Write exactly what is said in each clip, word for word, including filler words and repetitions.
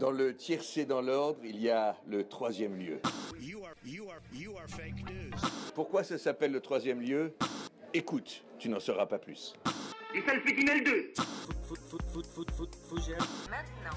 Dans le tiercé dans l'ordre, il y a le troisième lieu. Pourquoi ça s'appelle le troisième lieu ? Écoute, tu n'en sauras pas plus. Et ça le fait une L deux. Foot, foot, foot, foot, foot, fougère. Maintenant.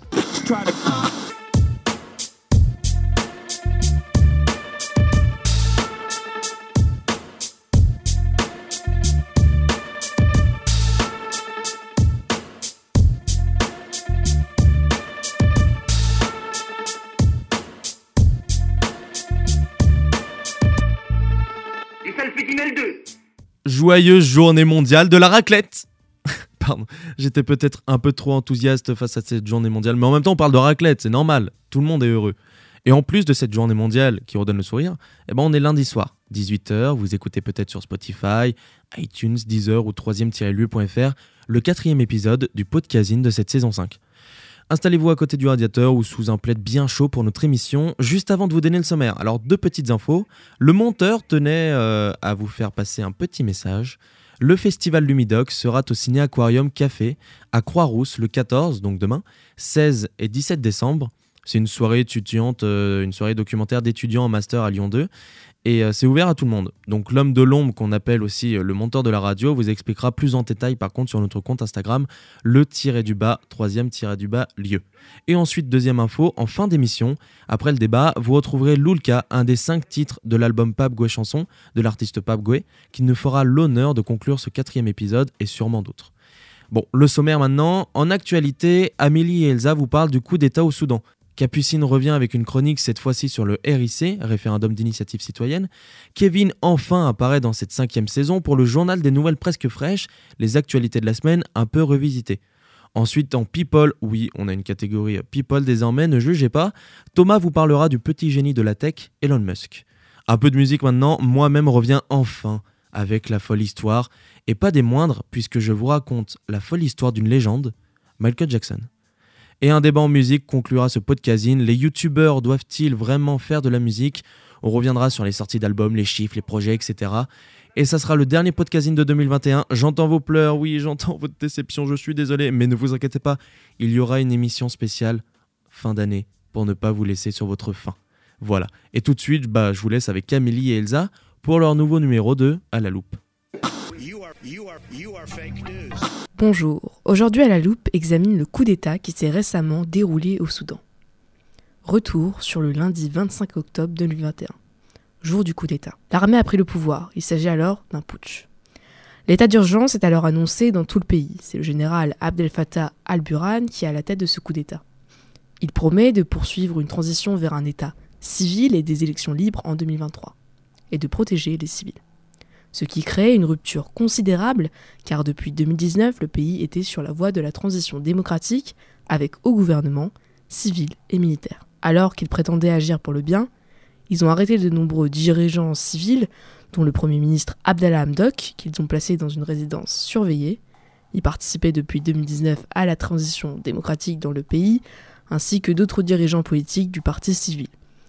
Et ça le fait une L deux. Joyeuse journée mondiale de la raclette. Pardon, j'étais peut-être un peu trop enthousiaste face à cette journée mondiale, mais en même temps on parle de raclette, c'est normal, tout le monde est heureux. Et en plus de cette journée mondiale qui redonne le sourire, eh ben on est lundi soir, dix-huit heures, vous écoutez peut-être sur Spotify, iTunes, Deezer ou troisième lieu point f r le quatrième épisode du Podcasine de cette saison cinq. Installez-vous à côté du radiateur ou sous un plaid bien chaud pour notre émission, juste avant de vous donner le sommaire. Alors deux petites infos, le monteur tenait euh, à vous faire passer un petit message. Le festival Lumidoc sera au Ciné Aquarium Café à Croix-Rousse le quatorze, donc demain, seize et dix-sept décembre. C'est une soirée étudiante, euh, une soirée documentaire d'étudiants en master à Lyon deux. Et euh, c'est ouvert à tout le monde. Donc l'homme de l'ombre, qu'on appelle aussi euh, le monteur de la radio, vous expliquera plus en détail par contre sur notre compte Instagram, le tiré du bas, troisième tiré du bas, lieu. Et ensuite, deuxième info, en fin d'émission, après le débat, vous retrouverez Loulka, un des cinq titres de l'album Pape Gouet Chanson, de l'artiste Pape Gouet, qui nous fera l'honneur de conclure ce quatrième épisode et sûrement d'autres. Bon, le sommaire maintenant. En actualité, Amélie et Elsa vous parlent du coup d'État au Soudan. Capucine revient avec une chronique cette fois-ci sur le R I C, référendum d'initiative citoyenne. Kevin enfin apparaît dans cette cinquième saison pour le journal des nouvelles presque fraîches, les actualités de la semaine un peu revisitées. Ensuite en People, oui on a une catégorie People désormais, ne jugez pas, Thomas vous parlera du petit génie de la tech, Elon Musk. Un peu de musique maintenant, moi-même reviens enfin avec la folle histoire, et pas des moindres puisque je vous raconte la folle histoire d'une légende, Michael Jackson. Et un débat en musique conclura ce podcasting. Les youtubeurs doivent-ils vraiment faire de la musique ? On reviendra sur les sorties d'albums, les chiffres, les projets, et cetera. Et ça sera le dernier podcasting de deux mille vingt et un. J'entends vos pleurs, oui, j'entends votre déception, je suis désolé. Mais ne vous inquiétez pas, il y aura une émission spéciale fin d'année pour ne pas vous laisser sur votre faim. Voilà. Et tout de suite, bah, je vous laisse avec Amélie et Elsa pour leur nouveau numéro de À la loupe. You are, you are, you are fake news. Bonjour, aujourd'hui à la loupe examine le coup d'État qui s'est récemment déroulé au Soudan. Retour sur le lundi vingt-cinq octobre deux mille vingt et un, jour du coup d'État. L'armée a pris le pouvoir, il s'agit alors d'un putsch. L'état d'urgence est alors annoncé dans tout le pays, c'est le général Abdel Fattah al-Burhan qui est à la tête de ce coup d'État. Il promet de poursuivre une transition vers un État civil et des élections libres en deux mille vingt-trois, et de protéger les civils. Ce qui crée une rupture considérable, car depuis deux mille dix-neuf, le pays était sur la voie de la transition démocratique, avec au gouvernement, civil et militaire. Alors qu'ils prétendaient agir pour le bien, ils ont arrêté de nombreux dirigeants civils, dont le Premier ministre Abdallah Hamdok, qu'ils ont placé dans une résidence surveillée. Il participait depuis deux mille dix-neuf à la transition démocratique dans le pays, ainsi que d'autres dirigeants politiques du parti civil.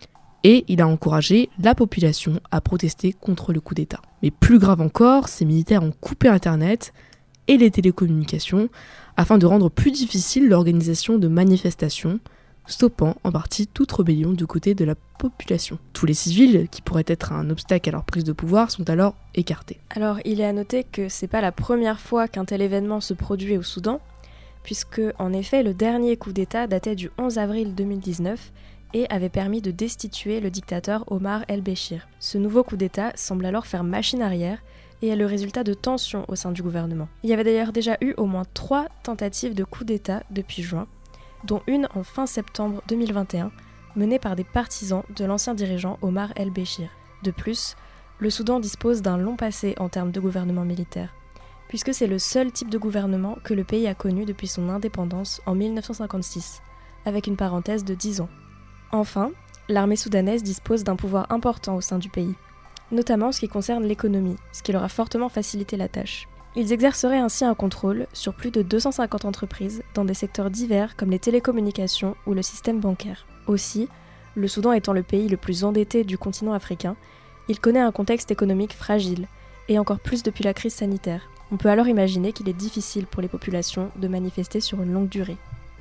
Et il a encouragé la population à protester contre le coup d'État. Mais plus grave encore, ces militaires ont coupé Internet et les télécommunications afin de rendre plus difficile l'organisation de manifestations, stoppant en partie toute rébellion du côté de la population. Tous les civils, qui pourraient être un obstacle à leur prise de pouvoir, sont alors écartés. Alors, il est à noter que c'est pas la première fois qu'un tel événement se produit au Soudan, puisque, en effet, le dernier coup d'État datait du onze avril deux mille dix-neuf et avait permis de destituer le dictateur Omar el-Béchir. Ce nouveau coup d'État semble alors faire machine arrière et est le résultat de tensions au sein du gouvernement. Il y avait d'ailleurs déjà eu au moins trois tentatives de coup d'État depuis juin, dont une en fin septembre deux mille vingt et un, menée par des partisans de l'ancien dirigeant Omar el-Béchir. De plus, le Soudan dispose d'un long passé en termes de gouvernement militaire, puisque c'est le seul type de gouvernement que le pays a connu depuis son indépendance en mille neuf cent cinquante-six, avec une parenthèse de dix ans. Enfin, l'armée soudanaise dispose d'un pouvoir important au sein du pays, notamment en ce qui concerne l'économie, ce qui leur a fortement facilité la tâche. Ils exerceraient ainsi un contrôle sur plus de deux cent cinquante entreprises dans des secteurs divers comme les télécommunications ou le système bancaire. Aussi, le Soudan étant le pays le plus endetté du continent africain, il connaît un contexte économique fragile, et encore plus depuis la crise sanitaire. On peut alors imaginer qu'il est difficile pour les populations de manifester sur une longue durée.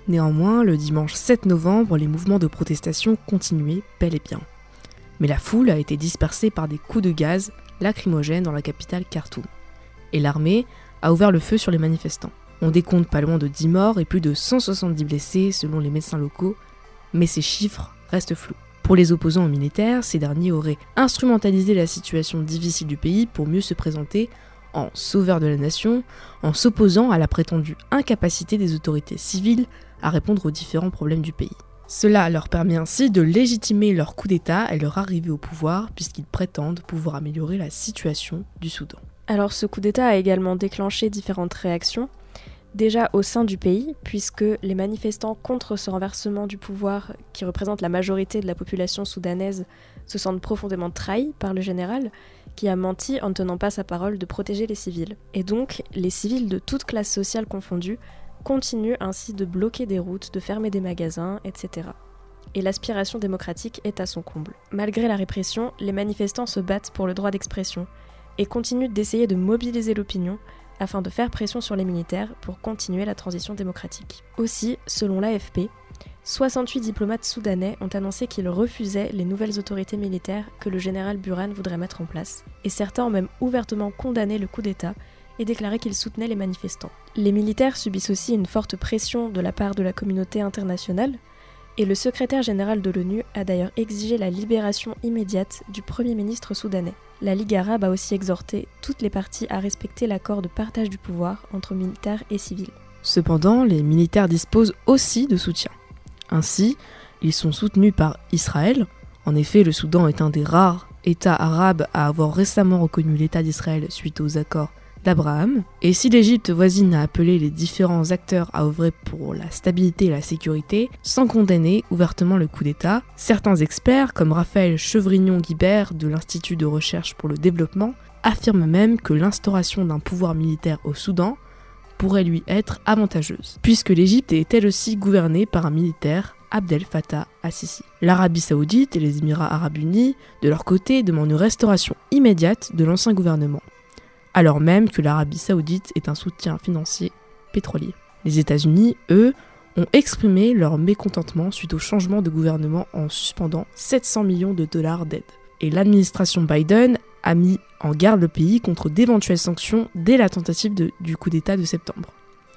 Néanmoins, le dimanche sept novembre, les mouvements de protestation continuaient bel et bien. Mais la foule a été dispersée par des coups de gaz lacrymogènes dans la capitale Khartoum. Et l'armée a ouvert le feu sur les manifestants. On décompte pas loin de dix morts et plus de cent soixante-dix blessés selon les médecins locaux, mais ces chiffres restent flous. Pour les opposants aux militaires, ces derniers auraient instrumentalisé la situation difficile du pays pour mieux se présenter en sauveurs de la nation, en s'opposant à la prétendue incapacité des autorités civiles à répondre aux différents problèmes du pays. Cela leur permet ainsi de légitimer leur coup d'État et leur arrivée au pouvoir puisqu'ils prétendent pouvoir améliorer la situation du Soudan. Alors ce coup d'État a également déclenché différentes réactions. Déjà au sein du pays, puisque les manifestants contre ce renversement du pouvoir, qui représente la majorité de la population soudanaise, se sentent profondément trahis par le général, qui a menti en ne tenant pas sa parole de protéger les civils. Et donc, les civils de toute classe sociale confondue continuent ainsi de bloquer des routes, de fermer des magasins, et cetera. Et l'aspiration démocratique est à son comble. Malgré la répression, les manifestants se battent pour le droit d'expression et continuent d'essayer de mobiliser l'opinion afin de faire pression sur les militaires pour continuer la transition démocratique. Aussi, selon l'A F P, soixante-huit diplomates soudanais ont annoncé qu'ils refusaient les nouvelles autorités militaires que le général Burhan voudrait mettre en place, et certains ont même ouvertement condamné le coup d'État et déclaré qu'ils soutenaient les manifestants. Les militaires subissent aussi une forte pression de la part de la communauté internationale, et le secrétaire général de l'ONU a d'ailleurs exigé la libération immédiate du Premier ministre soudanais. La Ligue arabe a aussi exhorté toutes les parties à respecter l'accord de partage du pouvoir entre militaires et civils. Cependant, les militaires disposent aussi de soutien. Ainsi, ils sont soutenus par Israël. En effet, le Soudan est un des rares États arabes à avoir récemment reconnu l'État d'Israël suite aux accords d'Abraham. Et si l'Égypte voisine a appelé les différents acteurs à œuvrer pour la stabilité et la sécurité, sans condamner ouvertement le coup d'État, certains experts, comme Raphaël Chevrignon-Guibert de l'Institut de recherche pour le développement, affirment même que l'instauration d'un pouvoir militaire au Soudan pourrait lui être avantageuse, puisque l'Égypte est elle aussi gouvernée par un militaire, Abdel Fattah al-Sisi. L'Arabie Saoudite et les Émirats Arabes Unis, de leur côté, demandent une restauration immédiate de l'ancien gouvernement, alors même que l'Arabie Saoudite est un soutien financier pétrolier. Les États-Unis, eux, ont exprimé leur mécontentement suite au changement de gouvernement en suspendant sept cents millions de dollars d'aide. Et l'administration Biden a mis en garde le pays contre d'éventuelles sanctions dès la tentative de, du coup d'État de septembre.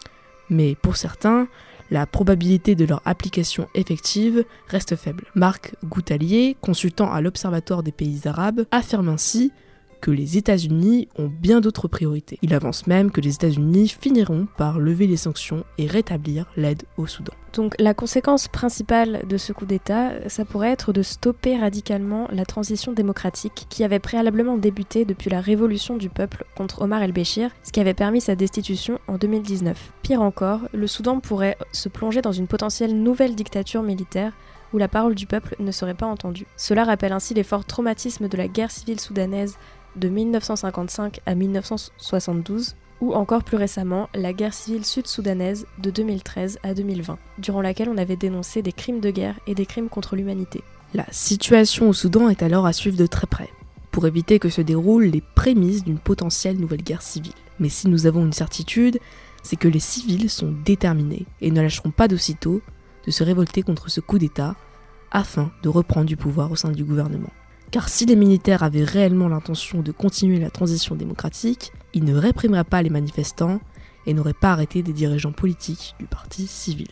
Mais pour certains, la probabilité de leur application effective reste faible. Marc Goutalier, consultant à l'Observatoire des pays arabes, affirme ainsi que les États-Unis ont bien d'autres priorités. Il avance même que les États-Unis finiront par lever les sanctions et rétablir l'aide au Soudan. Donc la conséquence principale de ce coup d'État, ça pourrait être de stopper radicalement la transition démocratique qui avait préalablement débuté depuis la révolution du peuple contre Omar el-Béchir, ce qui avait permis sa destitution en deux mille dix-neuf. Pire encore, le Soudan pourrait se plonger dans une potentielle nouvelle dictature militaire où la parole du peuple ne serait pas entendue. Cela rappelle ainsi les forts traumatismes de la guerre civile soudanaise de mille neuf cent cinquante-cinq à mille neuf cent soixante-douze, ou encore plus récemment la guerre civile sud-soudanaise de deux mille treize à deux mille vingt, durant laquelle on avait dénoncé des crimes de guerre et des crimes contre l'humanité. La situation au Soudan est alors à suivre de très près, pour éviter que se déroulent les prémices d'une potentielle nouvelle guerre civile. Mais si nous avons une certitude, c'est que les civils sont déterminés et ne lâcheront pas d'aussitôt de se révolter contre ce coup d'État afin de reprendre du pouvoir au sein du gouvernement. Car si les militaires avaient réellement l'intention de continuer la transition démocratique, ils ne réprimeraient pas les manifestants et n'auraient pas arrêté des dirigeants politiques du parti civil.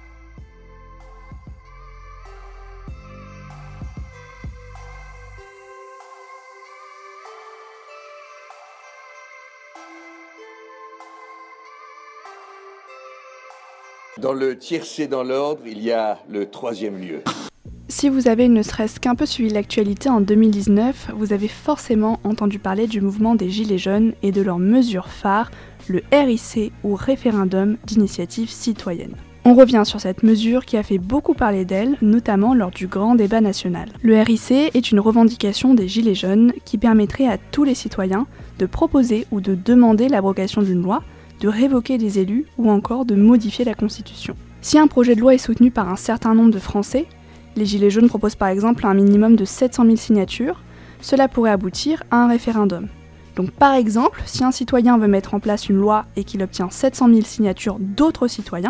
Dans le tiercé dans l'ordre, il y a le troisième lieu. Si vous avez ne serait-ce qu'un peu suivi l'actualité en deux mille dix-neuf, vous avez forcément entendu parler du mouvement des Gilets jaunes et de leur mesure phare, le R I C ou référendum d'initiative citoyenne. On revient sur cette mesure qui a fait beaucoup parler d'elle, notamment lors du grand débat national. Le R I C est une revendication des Gilets jaunes qui permettrait à tous les citoyens de proposer ou de demander l'abrogation d'une loi, de révoquer des élus ou encore de modifier la Constitution. Si un projet de loi est soutenu par un certain nombre de Français, les Gilets jaunes proposent par exemple un minimum de sept cent mille signatures, cela pourrait aboutir à un référendum. Donc par exemple, si un citoyen veut mettre en place une loi et qu'il obtient sept cent mille signatures d'autres citoyens,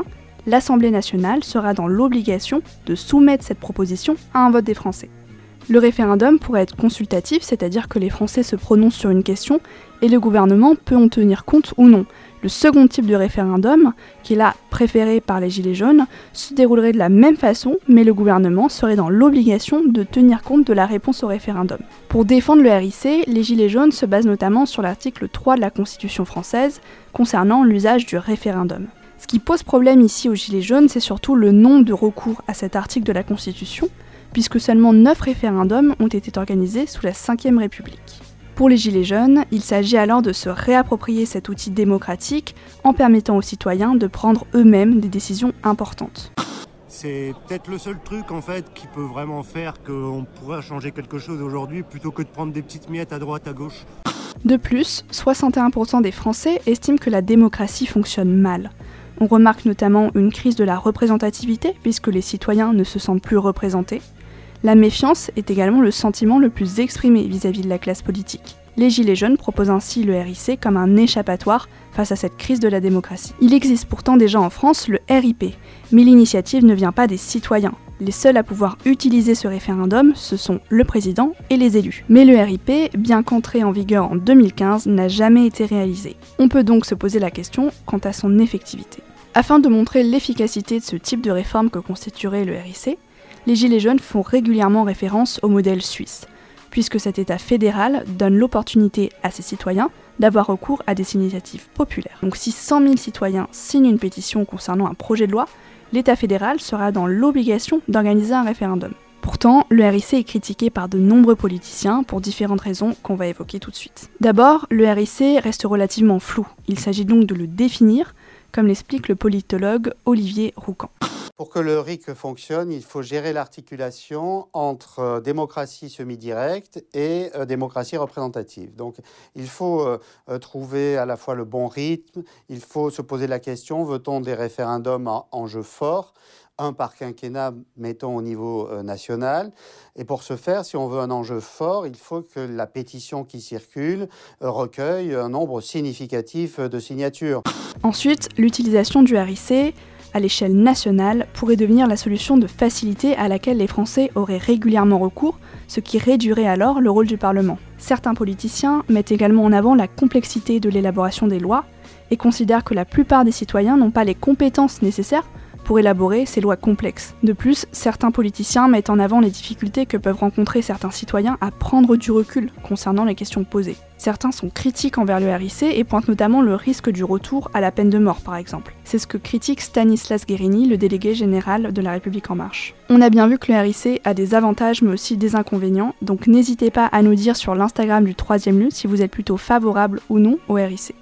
l'Assemblée nationale sera dans l'obligation de soumettre cette proposition à un vote des Français. Le référendum pourrait être consultatif, c'est-à-dire que les Français se prononcent sur une question et le gouvernement peut en tenir compte ou non. Le second type de référendum, qui est là préféré par les Gilets jaunes, se déroulerait de la même façon, mais le gouvernement serait dans l'obligation de tenir compte de la réponse au référendum. Pour défendre le R I C, les Gilets jaunes se basent notamment sur l'article trois de la Constitution française concernant l'usage du référendum. Ce qui pose problème ici aux Gilets jaunes, c'est surtout le nombre de recours à cet article de la Constitution, puisque seulement neuf référendums ont été organisés sous la cinquième République. Pour les Gilets jaunes, il s'agit alors de se réapproprier cet outil démocratique en permettant aux citoyens de prendre eux-mêmes des décisions importantes. C'est peut-être le seul truc en fait qui peut vraiment faire qu'on pourrait changer quelque chose aujourd'hui plutôt que de prendre des petites miettes à droite à gauche. De plus, soixante et un pour cent des Français estiment que la démocratie fonctionne mal. On remarque notamment une crise de la représentativité puisque les citoyens ne se sentent plus représentés. La méfiance est également le sentiment le plus exprimé vis-à-vis de la classe politique. Les Gilets jaunes proposent ainsi le R I C comme un échappatoire face à cette crise de la démocratie. Il existe pourtant déjà en France le R I P, mais l'initiative ne vient pas des citoyens. Les seuls à pouvoir utiliser ce référendum, ce sont le président et les élus. Mais le R I P, bien qu'entré en vigueur en deux mille quinze, n'a jamais été réalisé. On peut donc se poser la question quant à son effectivité. Afin de montrer l'efficacité de ce type de réforme que constituerait le R I C, les Gilets jaunes font régulièrement référence au modèle suisse, puisque cet État fédéral donne l'opportunité à ses citoyens d'avoir recours à des initiatives populaires. Donc si cent mille citoyens signent une pétition concernant un projet de loi, l'État fédéral sera dans l'obligation d'organiser un référendum. Pourtant, le R I C est critiqué par de nombreux politiciens pour différentes raisons qu'on va évoquer tout de suite. D'abord, le R I C reste relativement flou. Il s'agit donc de le définir, comme l'explique le politologue Olivier Roucan. Pour que le R I C fonctionne, il faut gérer l'articulation entre euh, démocratie semi-directe et euh, démocratie représentative. Donc il faut euh, trouver à la fois le bon rythme, il faut se poser la question, veut-on des référendums en enjeu fort, un par quinquennat, mettons au niveau euh, national. Et pour ce faire, si on veut un enjeu fort, il faut que la pétition qui circule euh, recueille un nombre significatif de signatures. Ensuite, l'utilisation du R I C à l'échelle nationale pourrait devenir la solution de facilité à laquelle les Français auraient régulièrement recours, ce qui réduirait alors le rôle du Parlement. Certains politiciens mettent également en avant la complexité de l'élaboration des lois et considèrent que la plupart des citoyens n'ont pas les compétences nécessaires pour élaborer ces lois complexes. De plus, certains politiciens mettent en avant les difficultés que peuvent rencontrer certains citoyens à prendre du recul concernant les questions posées. Certains sont critiques envers le R I C et pointent notamment le risque du retour à la peine de mort, par exemple. C'est ce que critique Stanislas Guerini, le délégué général de La République En Marche. On a bien vu que le R I C a des avantages mais aussi des inconvénients, donc n'hésitez pas à nous dire sur l'Instagram du troisième lieu si vous êtes plutôt favorable ou non au R I C.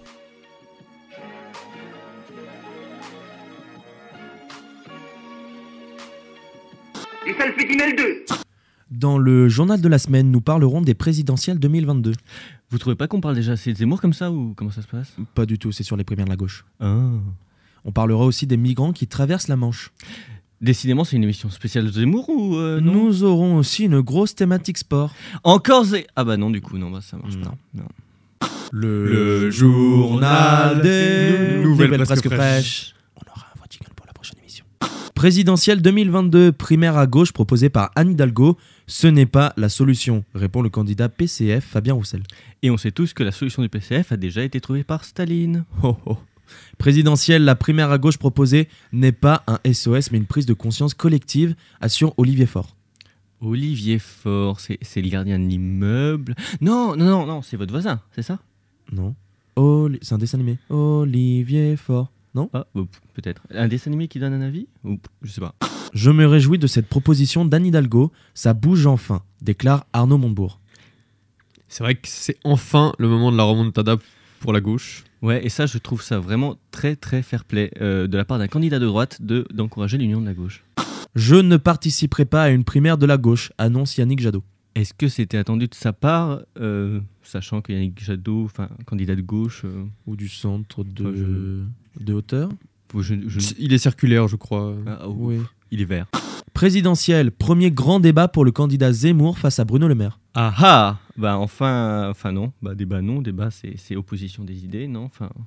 Du Salpêtinel deux. Dans le journal de la semaine, nous parlerons des présidentielles deux mille vingt-deux. Vous trouvez pas qu'on parle déjà assez de Zemmour comme ça ou comment ça se passe? Pas du tout, c'est sur les primaires de la gauche. Ah. On parlera aussi des migrants qui traversent la Manche. Décidément, c'est une émission spéciale de Zemmour ou euh, non? Nous aurons aussi une grosse thématique sport. Encore Zé... Ah bah non, du coup, non, bah ça marche non. pas. Non. Le, Le journal des nouvelles, nouvelles presque fraîches. fraîches. On aura un vrai jingle pour la prochaine émission. Présidentielle deux mille vingt-deux, primaire à gauche proposée par Anne Hidalgo. Ce n'est pas la solution, répond le candidat P C F Fabien Roussel. Et on sait tous que la solution du P C F a déjà été trouvée par Staline. Oh oh. Présidentielle, la primaire à gauche proposée n'est pas un S O S mais une prise de conscience collective, assure Olivier Faure. Olivier Faure, c'est, c'est le gardien de l'immeuble. Non, non, non, non, c'est votre voisin, c'est ça? Non. Oli... C'est un dessin animé. Olivier Faure. Non? Ah, oh, peut-être. Un dessin animé qui donne un avis? Ou je sais pas. Je me réjouis de cette proposition d'Anne Hidalgo. Ça bouge enfin, déclare Arnaud Montebourg. C'est vrai que c'est enfin le moment de la remontada pour la gauche. Ouais, et ça, je trouve ça vraiment très, très fair-play euh, de la part d'un candidat de droite de, d'encourager l'union de la gauche. Je ne participerai pas à une primaire de la gauche, annonce Yannick Jadot. Est-ce que c'était attendu de sa part, euh, sachant que Yannick Jadot, enfin, candidat de gauche... Euh... Ou du centre de, je... de hauteur je, je... Il est circulaire, je crois. Ah, oh, oui. Il est vert. Présidentielle, premier grand débat pour le candidat Zemmour face à Bruno Le Maire. Ah ah Bah enfin, enfin non, bah débat non, débat c'est, c'est opposition des idées, non enfin...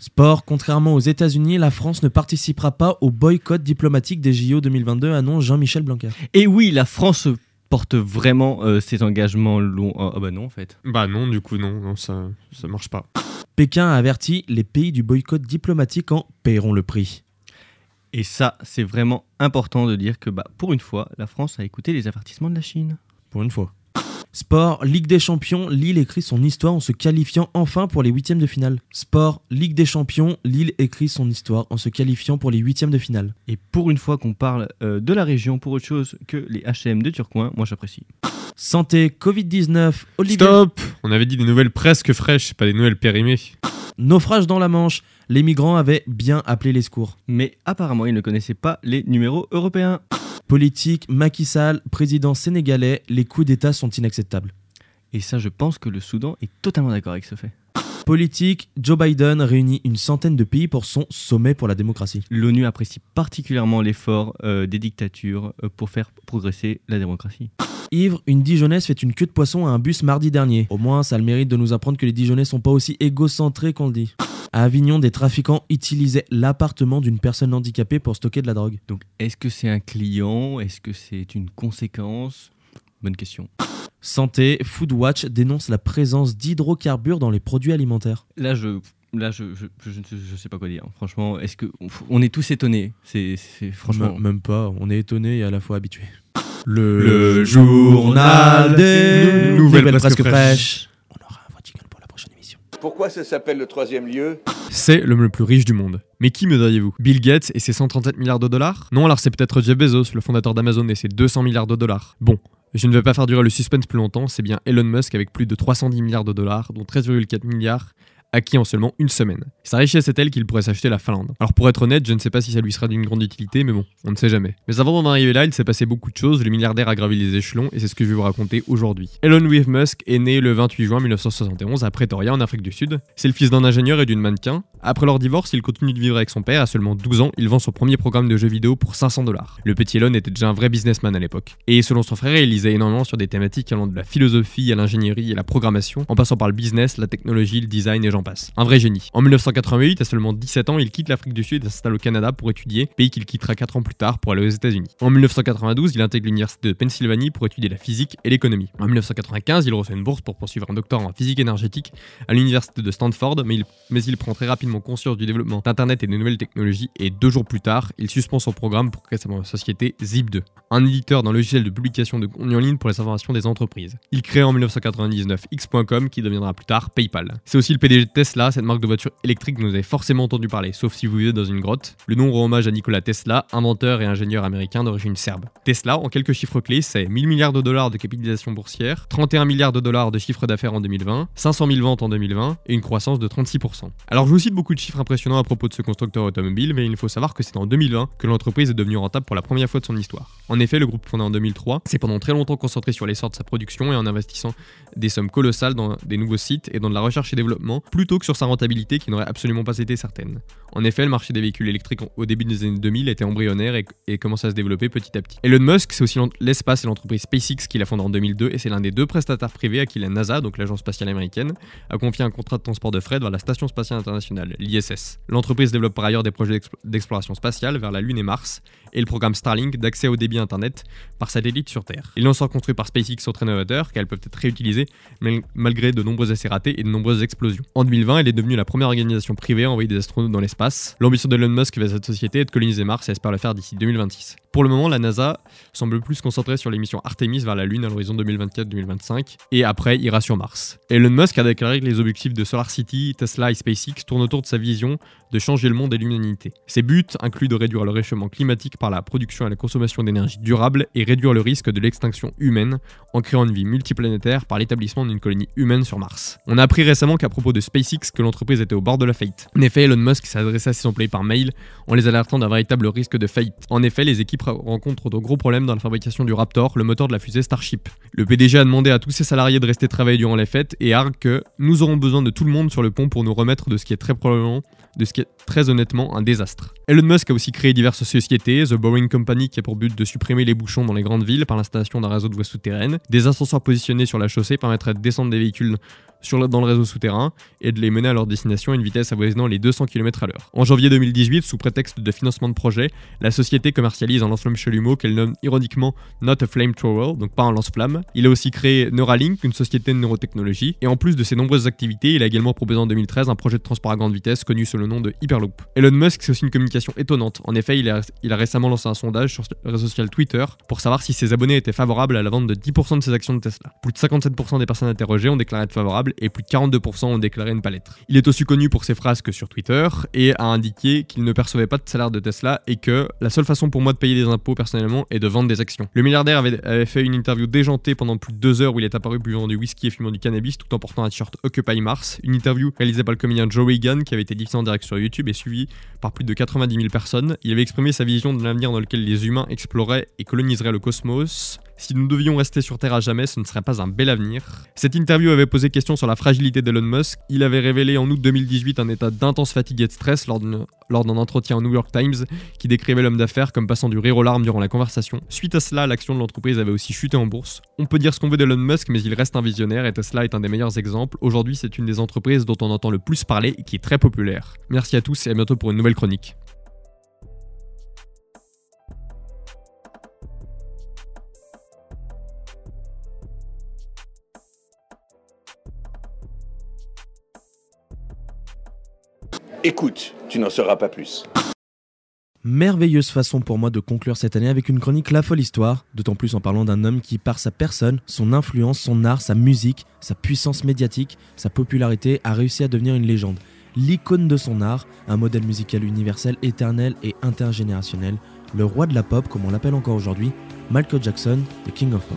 Sport, contrairement aux États-Unis, la France ne participera pas au boycott diplomatique des J O deux mille vingt-deux, annonce Jean-Michel Blanquer. Et oui, la France porte vraiment euh, ses engagements longs. Ah oh, bah non en fait. Bah non, du coup non, non ça, ça marche pas. Pékin a averti, les pays du boycott diplomatique en paieront le prix. Et ça, c'est vraiment important de dire que bah, pour une fois, la France a écouté les avertissements de la Chine. Pour une fois. Sport, Ligue des Champions, Lille écrit son histoire en se qualifiant enfin pour les huitièmes de finale. Sport, Ligue des Champions, Lille écrit son histoire en se qualifiant pour les huitièmes de finale. Et pour une fois qu'on parle euh, de la région pour autre chose que les H et M de Turcoing, moi j'apprécie. Santé, covid dix-neuf, Olivier... Stop! On avait dit des nouvelles presque fraîches, pas des nouvelles périmées. Naufrage dans la Manche, les migrants avaient bien appelé les secours. Mais apparemment ils ne connaissaient pas les numéros européens. Politique, Macky Sall, président sénégalais, les coups d'État sont inacceptables. Et ça, je pense que le Soudan est totalement d'accord avec ce fait. Politique, Joe Biden réunit une centaine de pays pour son sommet pour la démocratie. L'ONU apprécie particulièrement l'effort euh, des dictatures euh, pour faire progresser la démocratie. Ivre, une Dijonnaise fait une queue de poisson à un bus mardi dernier. Au moins, ça a le mérite de nous apprendre que les Dijonnais sont pas aussi égocentrés qu'on le dit. À Avignon, des trafiquants utilisaient l'appartement d'une personne handicapée pour stocker de la drogue. Donc, est-ce que c'est un client? Est-ce que c'est une conséquence? Bonne question. Santé, Foodwatch dénonce la présence d'hydrocarbures dans les produits alimentaires. Là, je... Là, je je, je, je, je sais pas quoi dire. Franchement, est-ce que on est tous étonnés? C'est, c'est franchement... M- même pas, on est étonnés et à la fois habitués. Le, Le journal des nouvelles presque, presque fraîches. On aura un vrai jingle pour la prochaine émission. Pourquoi ça s'appelle le troisième lieu? C'est l'homme le plus riche du monde. Mais qui me diriez-vous? Bill Gates et ses cent trente-sept milliards de dollars? Non, alors c'est peut-être Jeff Bezos, le fondateur d'Amazon et ses deux cents milliards de dollars. Bon, je ne vais pas faire durer le suspense plus longtemps, c'est bien Elon Musk avec plus de trois cent dix milliards de dollars, dont treize virgule quatre milliards acquis en seulement une semaine. Sa richesse est telle qu'il pourrait s'acheter la Finlande. Alors pour être honnête, je ne sais pas si ça lui sera d'une grande utilité, mais bon, on ne sait jamais. Mais avant d'en arriver là, il s'est passé beaucoup de choses, le milliardaire a gravi les échelons, et c'est ce que je vais vous raconter aujourd'hui. Elon With Musk est né le vingt-huit juin mille neuf cent soixante et onze à Pretoria, en Afrique du Sud. C'est le fils d'un ingénieur et d'une mannequin. Après leur divorce, il continue de vivre avec son père, à seulement douze ans, il vend son premier programme de jeux vidéo pour cinq cents dollars. Le petit Elon était déjà un vrai businessman à l'époque. Et selon son frère, il lisait énormément sur des thématiques allant de la philosophie à l'ingénierie et la programmation, en passant par le business, la technologie, le design et j'en passe. Un vrai génie. En mille neuf cent quatre-vingt-huit, à seulement dix-sept ans, il quitte l'Afrique du Sud et s'installe au Canada pour étudier, pays qu'il quittera quatre ans plus tard pour aller aux États-Unis. En mille neuf cent quatre-vingt-douze, il intègre l'université de Pennsylvanie pour étudier la physique et l'économie. En mille neuf cent quatre-vingt-quinze, il reçoit une bourse pour poursuivre un doctorat en physique énergétique à l'université de Stanford, mais il, mais il prend très rapidement conscience du développement d'Internet et des nouvelles technologies et deux jours plus tard, il suspend son programme pour créer sa société Zip deux, un éditeur d'un logiciel de publication de contenu en ligne pour les informations des entreprises. Il crée en mille neuf cent quatre-vingt-dix-neuf X point com qui deviendra plus tard PayPal. C'est aussi le P D G de Tesla, cette marque de voiture électrique dont vous avez forcément entendu parler, sauf si vous vivez dans une grotte. Le nom rend hommage à Nikola Tesla, inventeur et ingénieur américain d'origine serbe. Tesla, en quelques chiffres clés, c'est mille milliards de dollars de capitalisation boursière, trente et un milliards de dollars de chiffre d'affaires en deux mille vingt, cinq cent mille ventes en deux mille vingt et une croissance de trente-six pour cent. Alors je vous cite beaucoup de chiffres impressionnants à propos de ce constructeur automobile, mais il faut savoir que c'est en deux mille vingt que l'entreprise est devenue rentable pour la première fois de son histoire. En effet, le groupe fondé en deux mille trois s'est pendant très longtemps concentré sur l'essor de sa production et en investissant des sommes colossales dans des nouveaux sites et dans de la recherche et développement, plutôt que sur sa rentabilité qui n'aurait absolument pas été certaine. En effet, le marché des véhicules électriques au début des années deux mille était embryonnaire et, et commençait à se développer petit à petit. Elon Musk, c'est aussi l'espace et l'entreprise SpaceX qu'il a fondé en deux mille deux et c'est l'un des deux prestataires privés à qui la NASA, donc l'agence spatiale américaine, a confié un contrat de transport de fret vers la Station spatiale internationale, l'I S S. L'entreprise développe par ailleurs des projets d'exploration spatiale vers la Lune et Mars et le programme Starlink d'accès au débit internet par satellite sur Terre. Les lanceurs construits par SpaceX sont très novateurs car elles peuvent être réutilisées malgré de nombreux essais ratés et de nombreuses explosions. En deux mille vingt, elle est devenue la première organisation privée à envoyer des astronautes dans l'espace. L'ambition d'Elon Musk vers cette société est de coloniser Mars et espère le faire d'ici deux mille vingt-six. Pour le moment, la NASA semble plus se concentrer sur les missions Artemis vers la Lune à l'horizon deux mille vingt-quatre deux mille vingt-cinq et après ira sur Mars. Elon Musk a déclaré que les objectifs de SolarCity, Tesla et SpaceX tournent autour de sa vision de changer le monde et l'humanité. Ses buts incluent de réduire le réchauffement climatique par la production et la consommation d'énergie durable et réduire le risque de l'extinction humaine en créant une vie multiplanétaire par l'établissement d'une colonie humaine sur Mars. On a appris récemment qu'à propos de SpaceX que l'entreprise était au bord de la faillite. En effet, Elon Musk s'est adressé à ses employés par mail en les alertant d'un véritable risque de faillite. En effet, les équipes rencontrent de gros problèmes dans la fabrication du Raptor, le moteur de la fusée Starship. Le P D G a demandé à tous ses salariés de rester travailler durant les fêtes et argue que nous aurons besoin de tout le monde sur le pont pour nous remettre de ce qui est très probablement, de ce qui est très honnêtement un désastre. Elon Musk a aussi créé diverses sociétés, The Boring Company qui a pour but de supprimer les bouchons dans les grandes villes par l'installation d'un réseau de voies souterraines, des ascenseurs positionnés sur la chaussée permettraient de descendre des véhicules sur le, dans le réseau souterrain et de les mener à leur destination à une vitesse avoisinant les deux cents kilomètres à l'heure. En janvier deux mille dix-huit, sous prétexte de financement de projet, la société commercialise un lance-flamme chalumeau qu'elle nomme ironiquement Not a Flamethrower, donc pas un lance-flamme. Il a aussi créé Neuralink, une société de neurotechnologie, et en plus de ses nombreuses activités, il a également proposé en deux mille treize un projet de transport à grande vitesse connu sous le nom de Hyperloop. Elon Musk, c'est aussi une communication étonnante. En effet, il a, il a récemment lancé un sondage sur le réseau social Twitter pour savoir si ses abonnés étaient favorables à la vente de dix pour cent de ses actions de Tesla. Plus de cinquante-sept pour cent des personnes interrogées ont déclaré être favorables et plus de quarante-deux pour cent ont déclaré ne pas l'être. Il est aussi connu pour ses frasques sur Twitter et a indiqué qu'il ne percevait pas de salaire de Tesla et que la seule façon pour moi de payer des impôts personnellement est de vendre des actions. Le milliardaire avait, avait fait une interview déjantée pendant plus de deux heures où il est apparu buvant du whisky et fumant du cannabis tout en portant un t-shirt Occupy Mars, une interview réalisée par le comédien Joe Rogan qui avait été diffusée en direct sur YouTube et suivie par plus de quatre-vingt-dix mille personnes. Il avait exprimé sa vision de l'avenir dans lequel les humains exploreraient et coloniseraient le cosmos. Si nous devions rester sur Terre à jamais, ce ne serait pas un bel avenir. Cette interview avait posé question sur la fragilité d'Elon Musk. Il avait révélé en août deux mille dix-huit un état d'intense fatigue et de stress lors, d'une, lors d'un entretien au New York Times qui décrivait l'homme d'affaires comme passant du rire aux larmes durant la conversation. Suite à cela, l'action de l'entreprise avait aussi chuté en bourse. On peut dire ce qu'on veut d'Elon Musk, mais il reste un visionnaire et Tesla est un des meilleurs exemples. Aujourd'hui, c'est une des entreprises dont on entend le plus parler et qui est très populaire. Merci à tous et à bientôt pour une nouvelle chronique. Écoute, tu n'en sauras pas plus. Merveilleuse façon pour moi de conclure cette année avec une chronique La Folle Histoire, d'autant plus en parlant d'un homme qui, par sa personne, son influence, son art, sa musique, sa puissance médiatique, sa popularité, a réussi à devenir une légende. L'icône de son art, un modèle musical universel, éternel et intergénérationnel, le roi de la pop, comme on l'appelle encore aujourd'hui, Michael Jackson, the King of Pop.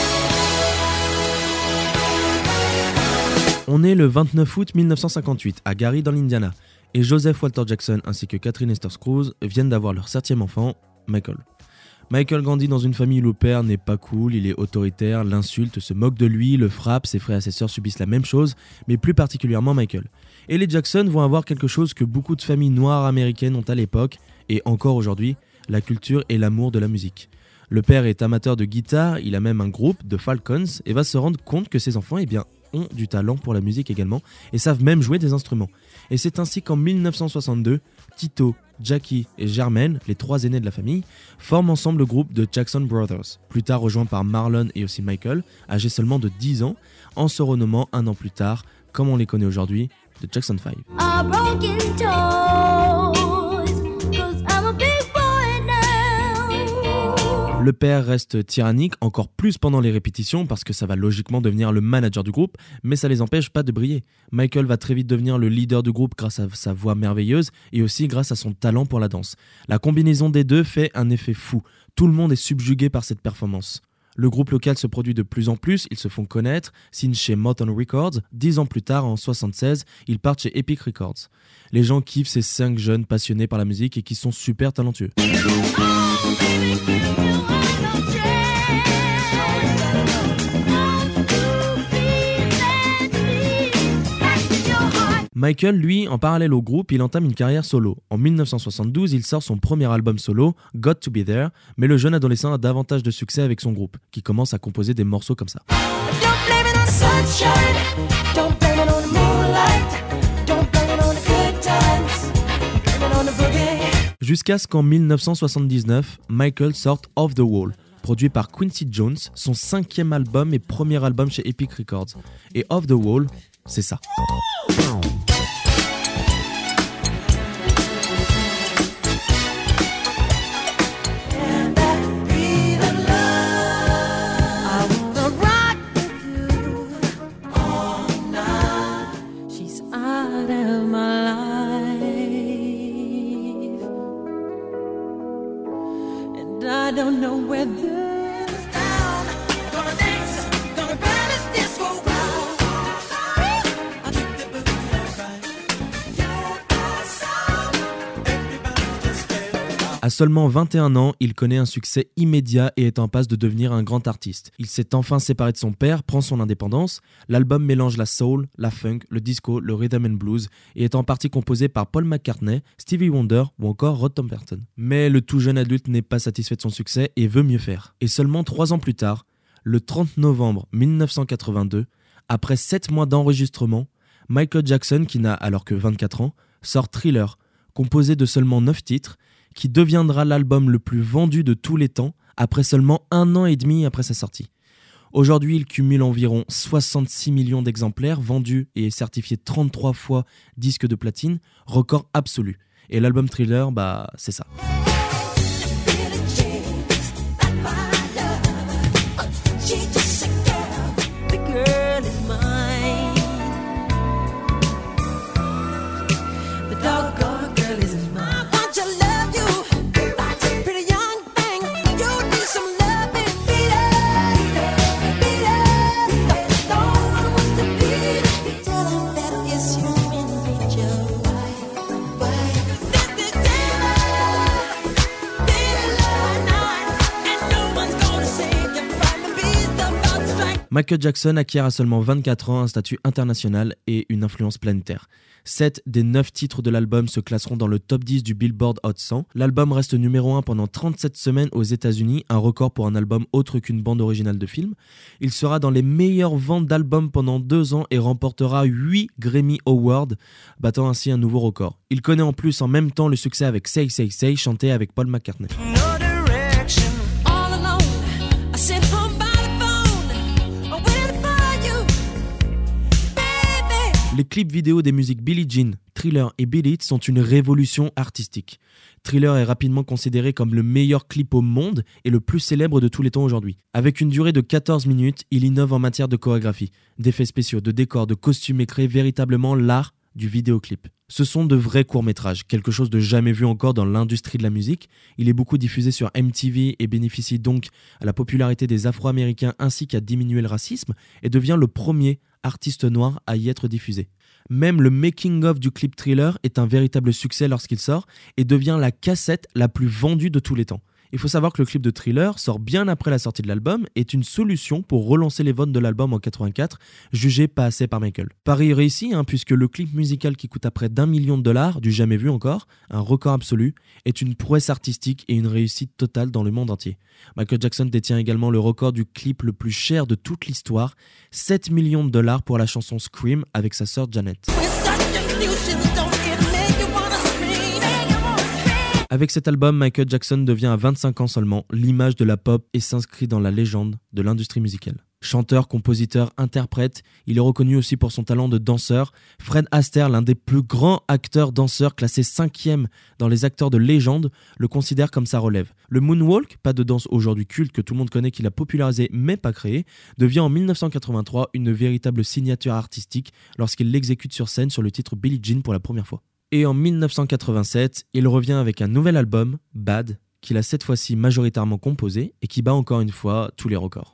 On est le vingt-neuf août mille neuf cent cinquante-huit à Gary dans l'Indiana. Et Joseph Walter Jackson ainsi que Catherine Hester Scruggs viennent d'avoir leur septième enfant, Michael. Michael grandit dans une famille où le père n'est pas cool, il est autoritaire, l'insulte, se moque de lui, le frappe, ses frères et ses sœurs subissent la même chose, mais plus particulièrement Michael. Et les Jackson vont avoir quelque chose que beaucoup de familles noires américaines ont à l'époque, et encore aujourd'hui, la culture et l'amour de la musique. Le père est amateur de guitare, il a même un groupe, The Falcons, et va se rendre compte que ses enfants, eh bien, ont du talent pour la musique également, et savent même jouer des instruments. Et c'est ainsi qu'en mille neuf cent soixante-deux, Tito, Jackie et Jermaine, les trois aînés de la famille, forment ensemble le groupe The Jackson Brothers, plus tard rejoint par Marlon et aussi Michael, âgés seulement de dix ans, en se renommant un an plus tard, comme on les connaît aujourd'hui, The Jackson five. Le père reste tyrannique, encore plus pendant les répétitions, parce que ça va logiquement devenir le manager du groupe, mais ça les empêche pas de briller. Michael va très vite devenir le leader du groupe grâce à sa voix merveilleuse et aussi grâce à son talent pour la danse. La combinaison des deux fait un effet fou. Tout le monde est subjugué par cette performance. Le groupe local se produit de plus en plus, ils se font connaître, signent chez Motown Records. Dix ans plus tard, en soixante-seize, ils partent chez Epic Records. Les gens kiffent ces cinq jeunes passionnés par la musique et qui sont super talentueux. Michael, lui, en parallèle au groupe, il entame une carrière solo. En mille neuf cent soixante-douze, il sort son premier album solo, Got to Be There, mais le jeune adolescent a davantage de succès avec son groupe, qui commence à composer des morceaux comme ça. Jusqu'à ce qu'en mille neuf cent soixante-dix-neuf, Michael sorte Off the Wall, produit par Quincy Jones, son cinquième album et premier album chez Epic Records. Et Off the Wall, c'est ça. I don't know where this down. Gonna dance, gonna burn this disco ground. I think the boogie is right. Yeah, that's all. Everybody just get around. À seulement vingt et un ans, il connaît un succès immédiat et est en passe de devenir un grand artiste. Il s'est enfin séparé de son père, prend son indépendance. L'album mélange la soul, la funk, le disco, le rhythm and blues et est en partie composé par Paul McCartney, Stevie Wonder ou encore Rod Temperton. Mais le tout jeune adulte n'est pas satisfait de son succès et veut mieux faire. Et seulement trois ans plus tard, le trente novembre mille neuf cent quatre-vingt-deux, Après sept mois d'enregistrement, Michael Jackson, qui n'a alors que vingt-quatre ans, sort Thriller, composé de seulement neuf titres, qui deviendra l'album le plus vendu de tous les temps après seulement un an et demi après sa sortie. Aujourd'hui, il cumule environ soixante-six millions d'exemplaires vendus et est certifié trente-trois fois disque de platine, record absolu. Et l'album Thriller, bah, c'est ça. Michael Jackson acquiert à seulement vingt-quatre ans un statut international et une influence planétaire. sept des neuf titres de l'album se classeront dans le top dix du Billboard Hot cent. L'album reste numéro un pendant trente-sept semaines aux États-Unis, un record pour un album autre qu'une bande originale de film. Il sera dans les meilleures ventes d'albums pendant deux ans et remportera huit Grammy Awards, battant ainsi un nouveau record. Il connaît en plus en même temps le succès avec Say Say Say, chanté avec Paul McCartney. Les clips vidéo des musiques Billie Jean, Thriller et Beat It sont une révolution artistique. Thriller est rapidement considéré comme le meilleur clip au monde et le plus célèbre de tous les temps aujourd'hui. Avec une durée de quatorze minutes, il innove en matière de chorégraphie, d'effets spéciaux, de décors, de costumes et crée véritablement l'art du vidéoclip. Ce sont de vrais courts-métrages, quelque chose de jamais vu encore dans l'industrie de la musique. Il est beaucoup diffusé sur M T V et bénéficie donc à la popularité des Afro-Américains ainsi qu'à diminuer le racisme et devient le premier artiste noir à y être diffusé. Même le making-of du clip Thriller est un véritable succès lorsqu'il sort et devient la cassette la plus vendue de tous les temps. Il faut savoir que le clip de Thriller sort bien après la sortie de l'album et est une solution pour relancer les ventes de l'album en quatre-vingt-quatre, jugé pas assez par Michael. Pari réussi, hein, puisque le clip musical qui coûte à près d'un million de dollars, du jamais vu encore, un record absolu, est une prouesse artistique et une réussite totale dans le monde entier. Michael Jackson détient également le record du clip le plus cher de toute l'histoire, sept millions de dollars pour la chanson Scream avec sa sœur Janet. Avec cet album, Michael Jackson devient à vingt-cinq ans seulement l'image de la pop et s'inscrit dans la légende de l'industrie musicale. Chanteur, compositeur, interprète, il est reconnu aussi pour son talent de danseur. Fred Astaire, l'un des plus grands acteurs danseurs, classé cinquième dans les acteurs de légende, le considère comme sa relève. Le moonwalk, pas de danse aujourd'hui culte que tout le monde connaît qu'il a popularisé mais pas créé, devient en mille neuf cent quatre-vingt-trois une véritable signature artistique lorsqu'il l'exécute sur scène sur le titre Billie Jean pour la première fois. Et en mille neuf cent quatre-vingt-sept, il revient avec un nouvel album, Bad, qu'il a cette fois-ci majoritairement composé et qui bat encore une fois tous les records.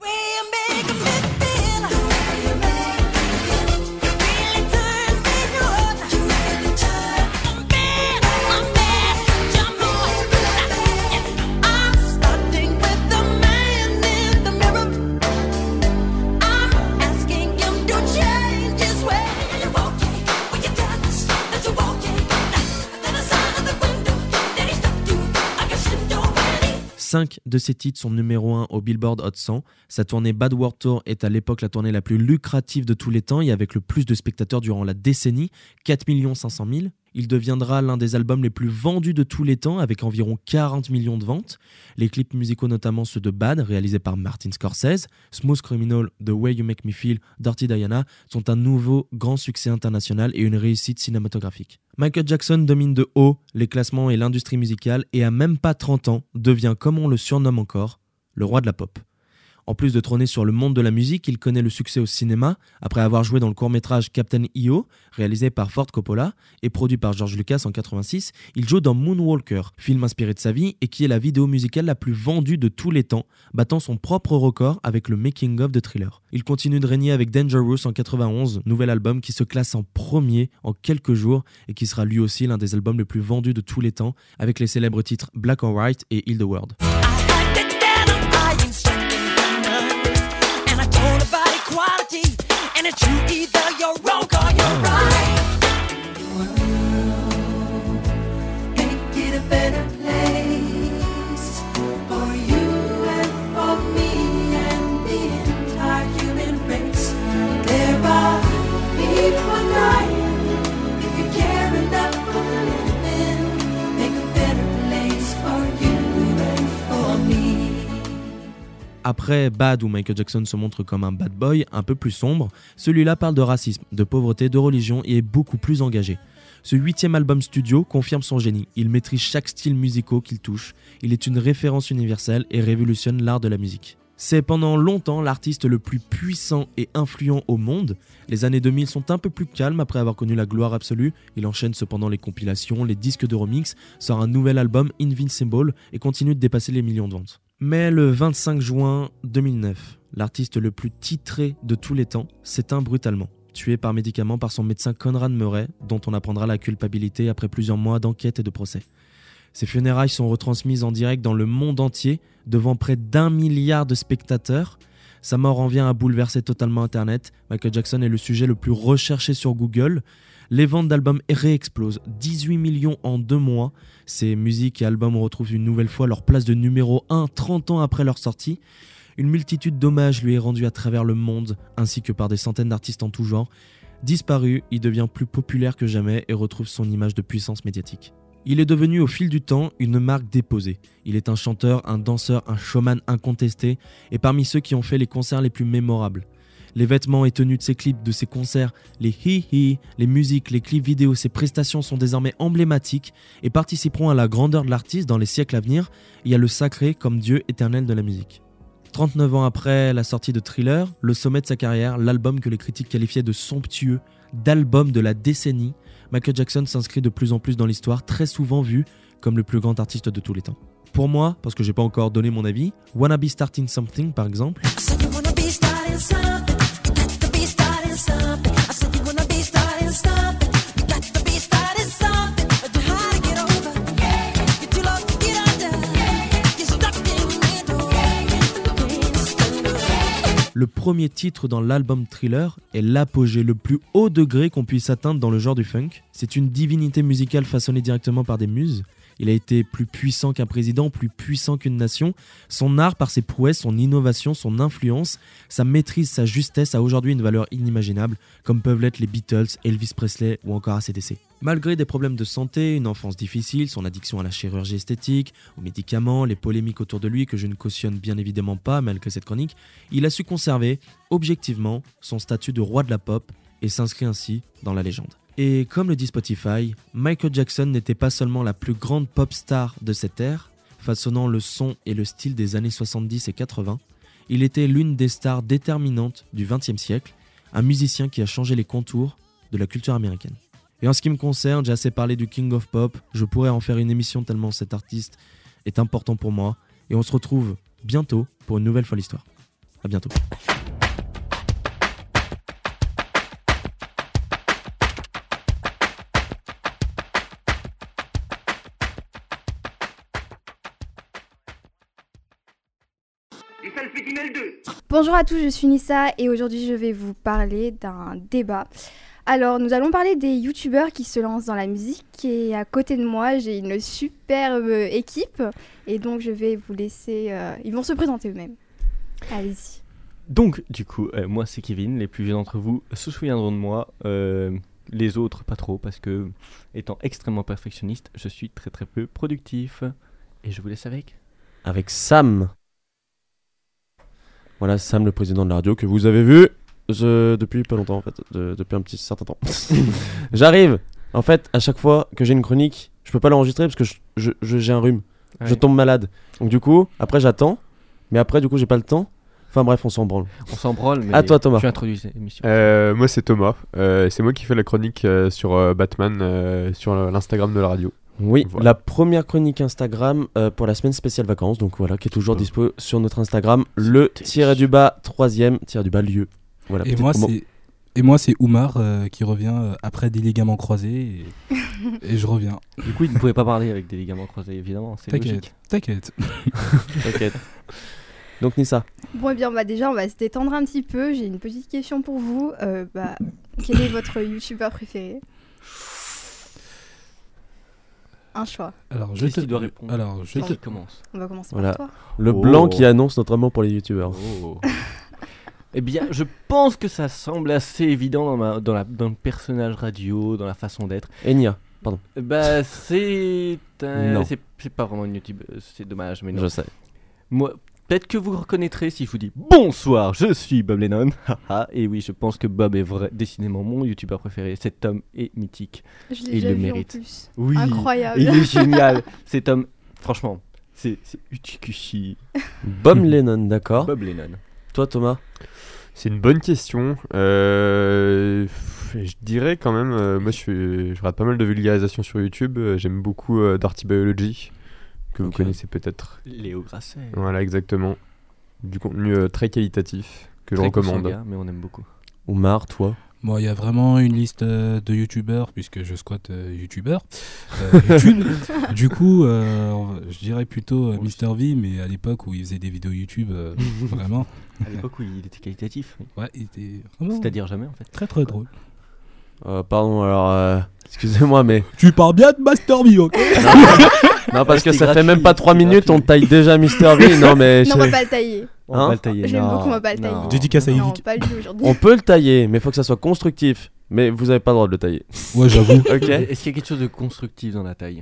Cinq de ses titres sont numéro un au Billboard Hot cent. Sa tournée Bad World Tour est à l'époque la tournée la plus lucrative de tous les temps et avec le plus de spectateurs durant la décennie, quatre millions cinq cent mille. Il deviendra l'un des albums les plus vendus de tous les temps avec environ quarante millions de ventes. Les clips musicaux, notamment ceux de Bad, réalisés par Martin Scorsese, Smooth Criminal, The Way You Make Me Feel, Dirty Diana, sont un nouveau grand succès international et une réussite cinématographique. Michael Jackson domine de haut les classements et l'industrie musicale et à même pas trente ans devient, comme on le surnomme encore, le roi de la pop. En plus de trôner sur le monde de la musique, il connaît le succès au cinéma après avoir joué dans le court-métrage Captain E O, réalisé par Ford Coppola et produit par George Lucas en quatre-vingt-six. Il joue dans Moonwalker, film inspiré de sa vie et qui est la vidéo musicale la plus vendue de tous les temps, battant son propre record avec le making-of de Thriller. Il continue de régner avec Dangerous en quatre-vingt-onze, nouvel album qui se classe en premier en quelques jours et qui sera lui aussi l'un des albums les plus vendus de tous les temps, avec les célèbres titres Black or White et Heal the World. And it's you, either you're wrong or you're right. The world make it a better place for you and for me and the entire human race. There are Après Bad, où Michael Jackson se montre comme un bad boy, un peu plus sombre, celui-là parle de racisme, de pauvreté, de religion et est beaucoup plus engagé. Ce huitième album studio confirme son génie. Il maîtrise chaque style musical qu'il touche. Il est une référence universelle et révolutionne l'art de la musique. C'est pendant longtemps l'artiste le plus puissant et influent au monde. Les années deux mille sont un peu plus calmes après avoir connu la gloire absolue. Il enchaîne cependant les compilations, les disques de remix, sort un nouvel album Invincible et continue de dépasser les millions de ventes. Mais le vingt-cinq juin deux mille neuf, l'artiste le plus titré de tous les temps s'éteint brutalement, tué par médicament par son médecin Conrad Murray, dont on apprendra la culpabilité après plusieurs mois d'enquête et de procès. Ses funérailles sont retransmises en direct dans le monde entier, devant près d'un milliard de spectateurs. Sa mort en vient à bouleverser totalement Internet. Michael Jackson est le sujet le plus recherché sur Google. Les ventes d'albums réexplosent, dix-huit millions en deux mois. Ses musiques et albums retrouvent une nouvelle fois leur place de numéro un trente ans après leur sortie. Une multitude d'hommages lui est rendue à travers le monde, ainsi que par des centaines d'artistes en tout genre. Disparu, il devient plus populaire que jamais et retrouve son image de puissance médiatique. Il est devenu au fil du temps une marque déposée. Il est un chanteur, un danseur, un showman incontesté et parmi ceux qui ont fait les concerts les plus mémorables. Les vêtements et tenues de ses clips, de ses concerts, les hi-hi, les musiques, les clips vidéo, ses prestations sont désormais emblématiques et participeront à la grandeur de l'artiste dans les siècles à venir et à le sacrer comme dieu éternel de la musique. trente-neuf ans après la sortie de Thriller, le sommet de sa carrière, l'album que les critiques qualifiaient de somptueux, d'album de la décennie, Michael Jackson s'inscrit de plus en plus dans l'histoire, très souvent vu comme le plus grand artiste de tous les temps. Pour moi, parce que j'ai pas encore donné mon avis, Wanna Be Starting Something par exemple, le premier titre dans l'album Thriller est l'apogée le plus haut degré qu'on puisse atteindre dans le genre du funk. C'est une divinité musicale façonnée directement par des muses. Il a été plus puissant qu'un président, plus puissant qu'une nation. Son art, par ses prouesses, son innovation, son influence, sa maîtrise, sa justesse a aujourd'hui une valeur inimaginable, comme peuvent l'être les Beatles, Elvis Presley ou encore A C D C. Malgré des problèmes de santé, une enfance difficile, son addiction à la chirurgie esthétique, aux médicaments, les polémiques autour de lui que je ne cautionne bien évidemment pas malgré cette chronique, il a su conserver, objectivement, son statut de roi de la pop et s'inscrit ainsi dans la légende. Et comme le dit Spotify, Michael Jackson n'était pas seulement la plus grande pop star de cette ère, façonnant le son et le style des années soixante-dix et quatre-vingts, il était l'une des stars déterminantes du vingtième siècle, un musicien qui a changé les contours de la culture américaine. Et en ce qui me concerne, j'ai assez parlé du King of Pop, je pourrais en faire une émission tellement cet artiste est important pour moi, et on se retrouve bientôt pour une nouvelle folle histoire. À bientôt. Les Salpêtinelles deux. Bonjour à tous, je suis Nissa et aujourd'hui je vais vous parler d'un débat. Alors nous allons parler des youtubeurs qui se lancent dans la musique et à côté de moi j'ai une superbe équipe et donc je vais vous laisser, euh, ils vont se présenter eux-mêmes. Allez-y. Donc, du coup, euh, moi c'est Kevin, les plus vieux d'entre vous se souviendront de moi, euh, les autres pas trop parce que, étant extrêmement perfectionniste, je suis très très peu productif. Et je vous laisse avec Avec Sam. Voilà, Sam, le président de la radio, que vous avez vu je, depuis pas longtemps en fait, de, depuis un petit certain temps. J'arrive. En fait, à chaque fois que j'ai une chronique, je peux pas l'enregistrer parce que je, je, je- j'ai un rhume. Ouais. Je tombe malade. Donc du coup, après j'attends, mais après du coup j'ai pas le temps. Enfin bref, on s'en branle. On s'en branle, mais À toi Thomas. tu introduis cette émission. Euh, moi c'est Thomas, Euh, c'est moi qui fais la chronique euh, sur euh, Batman euh, sur euh, l'Instagram de la radio. Oui, Voilà. la première chronique Instagram euh, pour la semaine spéciale vacances, donc voilà, qui est toujours dispo sur notre Instagram, le tiré du bas troisième tiré du bas lieu. Voilà. Et petite moi, promo. c'est et moi c'est Oumar euh, qui revient euh, après des ligaments croisés et, et je reviens. Du coup, il ne pouvait pas parler avec des ligaments croisés, évidemment, c'est T'inquiète, logique. t'inquiète. T'inquiète. Donc Nissa. Bon, eh bien, bah, déjà, on va se détendre un petit peu. J'ai une petite question pour vous. Euh, bah, quel est votre youtubeur préféré? Un choix. Alors, je Qui te doit répondre Alors, je Qui te commence On va commencer Voilà. par toi. Le Oh. blanc qui annonce notamment pour les youtubeurs. Oh. Eh bien, je pense que ça semble assez évident dans, ma, dans, la, dans le personnage radio, dans la façon d'être. Enya, pardon. Bah, c'est. un- Non. C'est c'est pas vraiment une YouTube, c'est dommage, mais non. Je sais. Moi, Peut-être que vous reconnaîtrez si je vous dis bonsoir, je suis Bob Lennon. Haha, et oui, je pense que Bob est vrai, décidément mon youtubeur préféré. Cet homme est mythique. Je l'ai et il déjà le vu en mérite. plus. Oui, Incroyable. Il est génial. Cet homme, franchement, c'est c'est Uchikushi. Bob Lennon, d'accord. Bob Lennon. Toi, Thomas? C'est une bonne question. Euh, je dirais quand même, euh, moi je, suis, je regarde pas mal de vulgarisation sur YouTube. Euh, J'aime beaucoup euh, Dirty Biology, que vous Ok. connaissez peut-être. Léo Grasset. Voilà, exactement. Du contenu euh, très qualitatif que je Très recommande. consanguin, mais on aime beaucoup. Oumar, toi? Bon, il y a vraiment une liste euh, de youtubeurs, puisque je squatte euh, youtubeurs. Euh, YouTube. Du coup, euh, on va- je dirais plutôt euh, Mister V, mais à l'époque où il faisait des vidéos YouTube, euh, vraiment. À l'époque où il était qualitatif. oui. Ouais, il était vraiment. C'est-à-dire jamais en fait. Très très drôle. Euh, pardon, alors, euh, excusez-moi, mais... Tu parles bien de Master V, ok? Non, parce que C'est ça fait gratuit, même pas trois c'est minutes, on gratuit. taille déjà Mister V. Non, mais... Non, on je- va pas le tailler. On va Hein pas le tailler. J'aime non, beaucoup, on va pas le non. tailler. Dédicace à Non, Yvick. pas lui aujourd'hui. On peut le tailler, mais il faut que ça soit constructif. Mais vous avez pas le droit de le tailler. Ouais, j'avoue. Ok. Est-ce qu'il y a quelque chose de constructif dans la taille?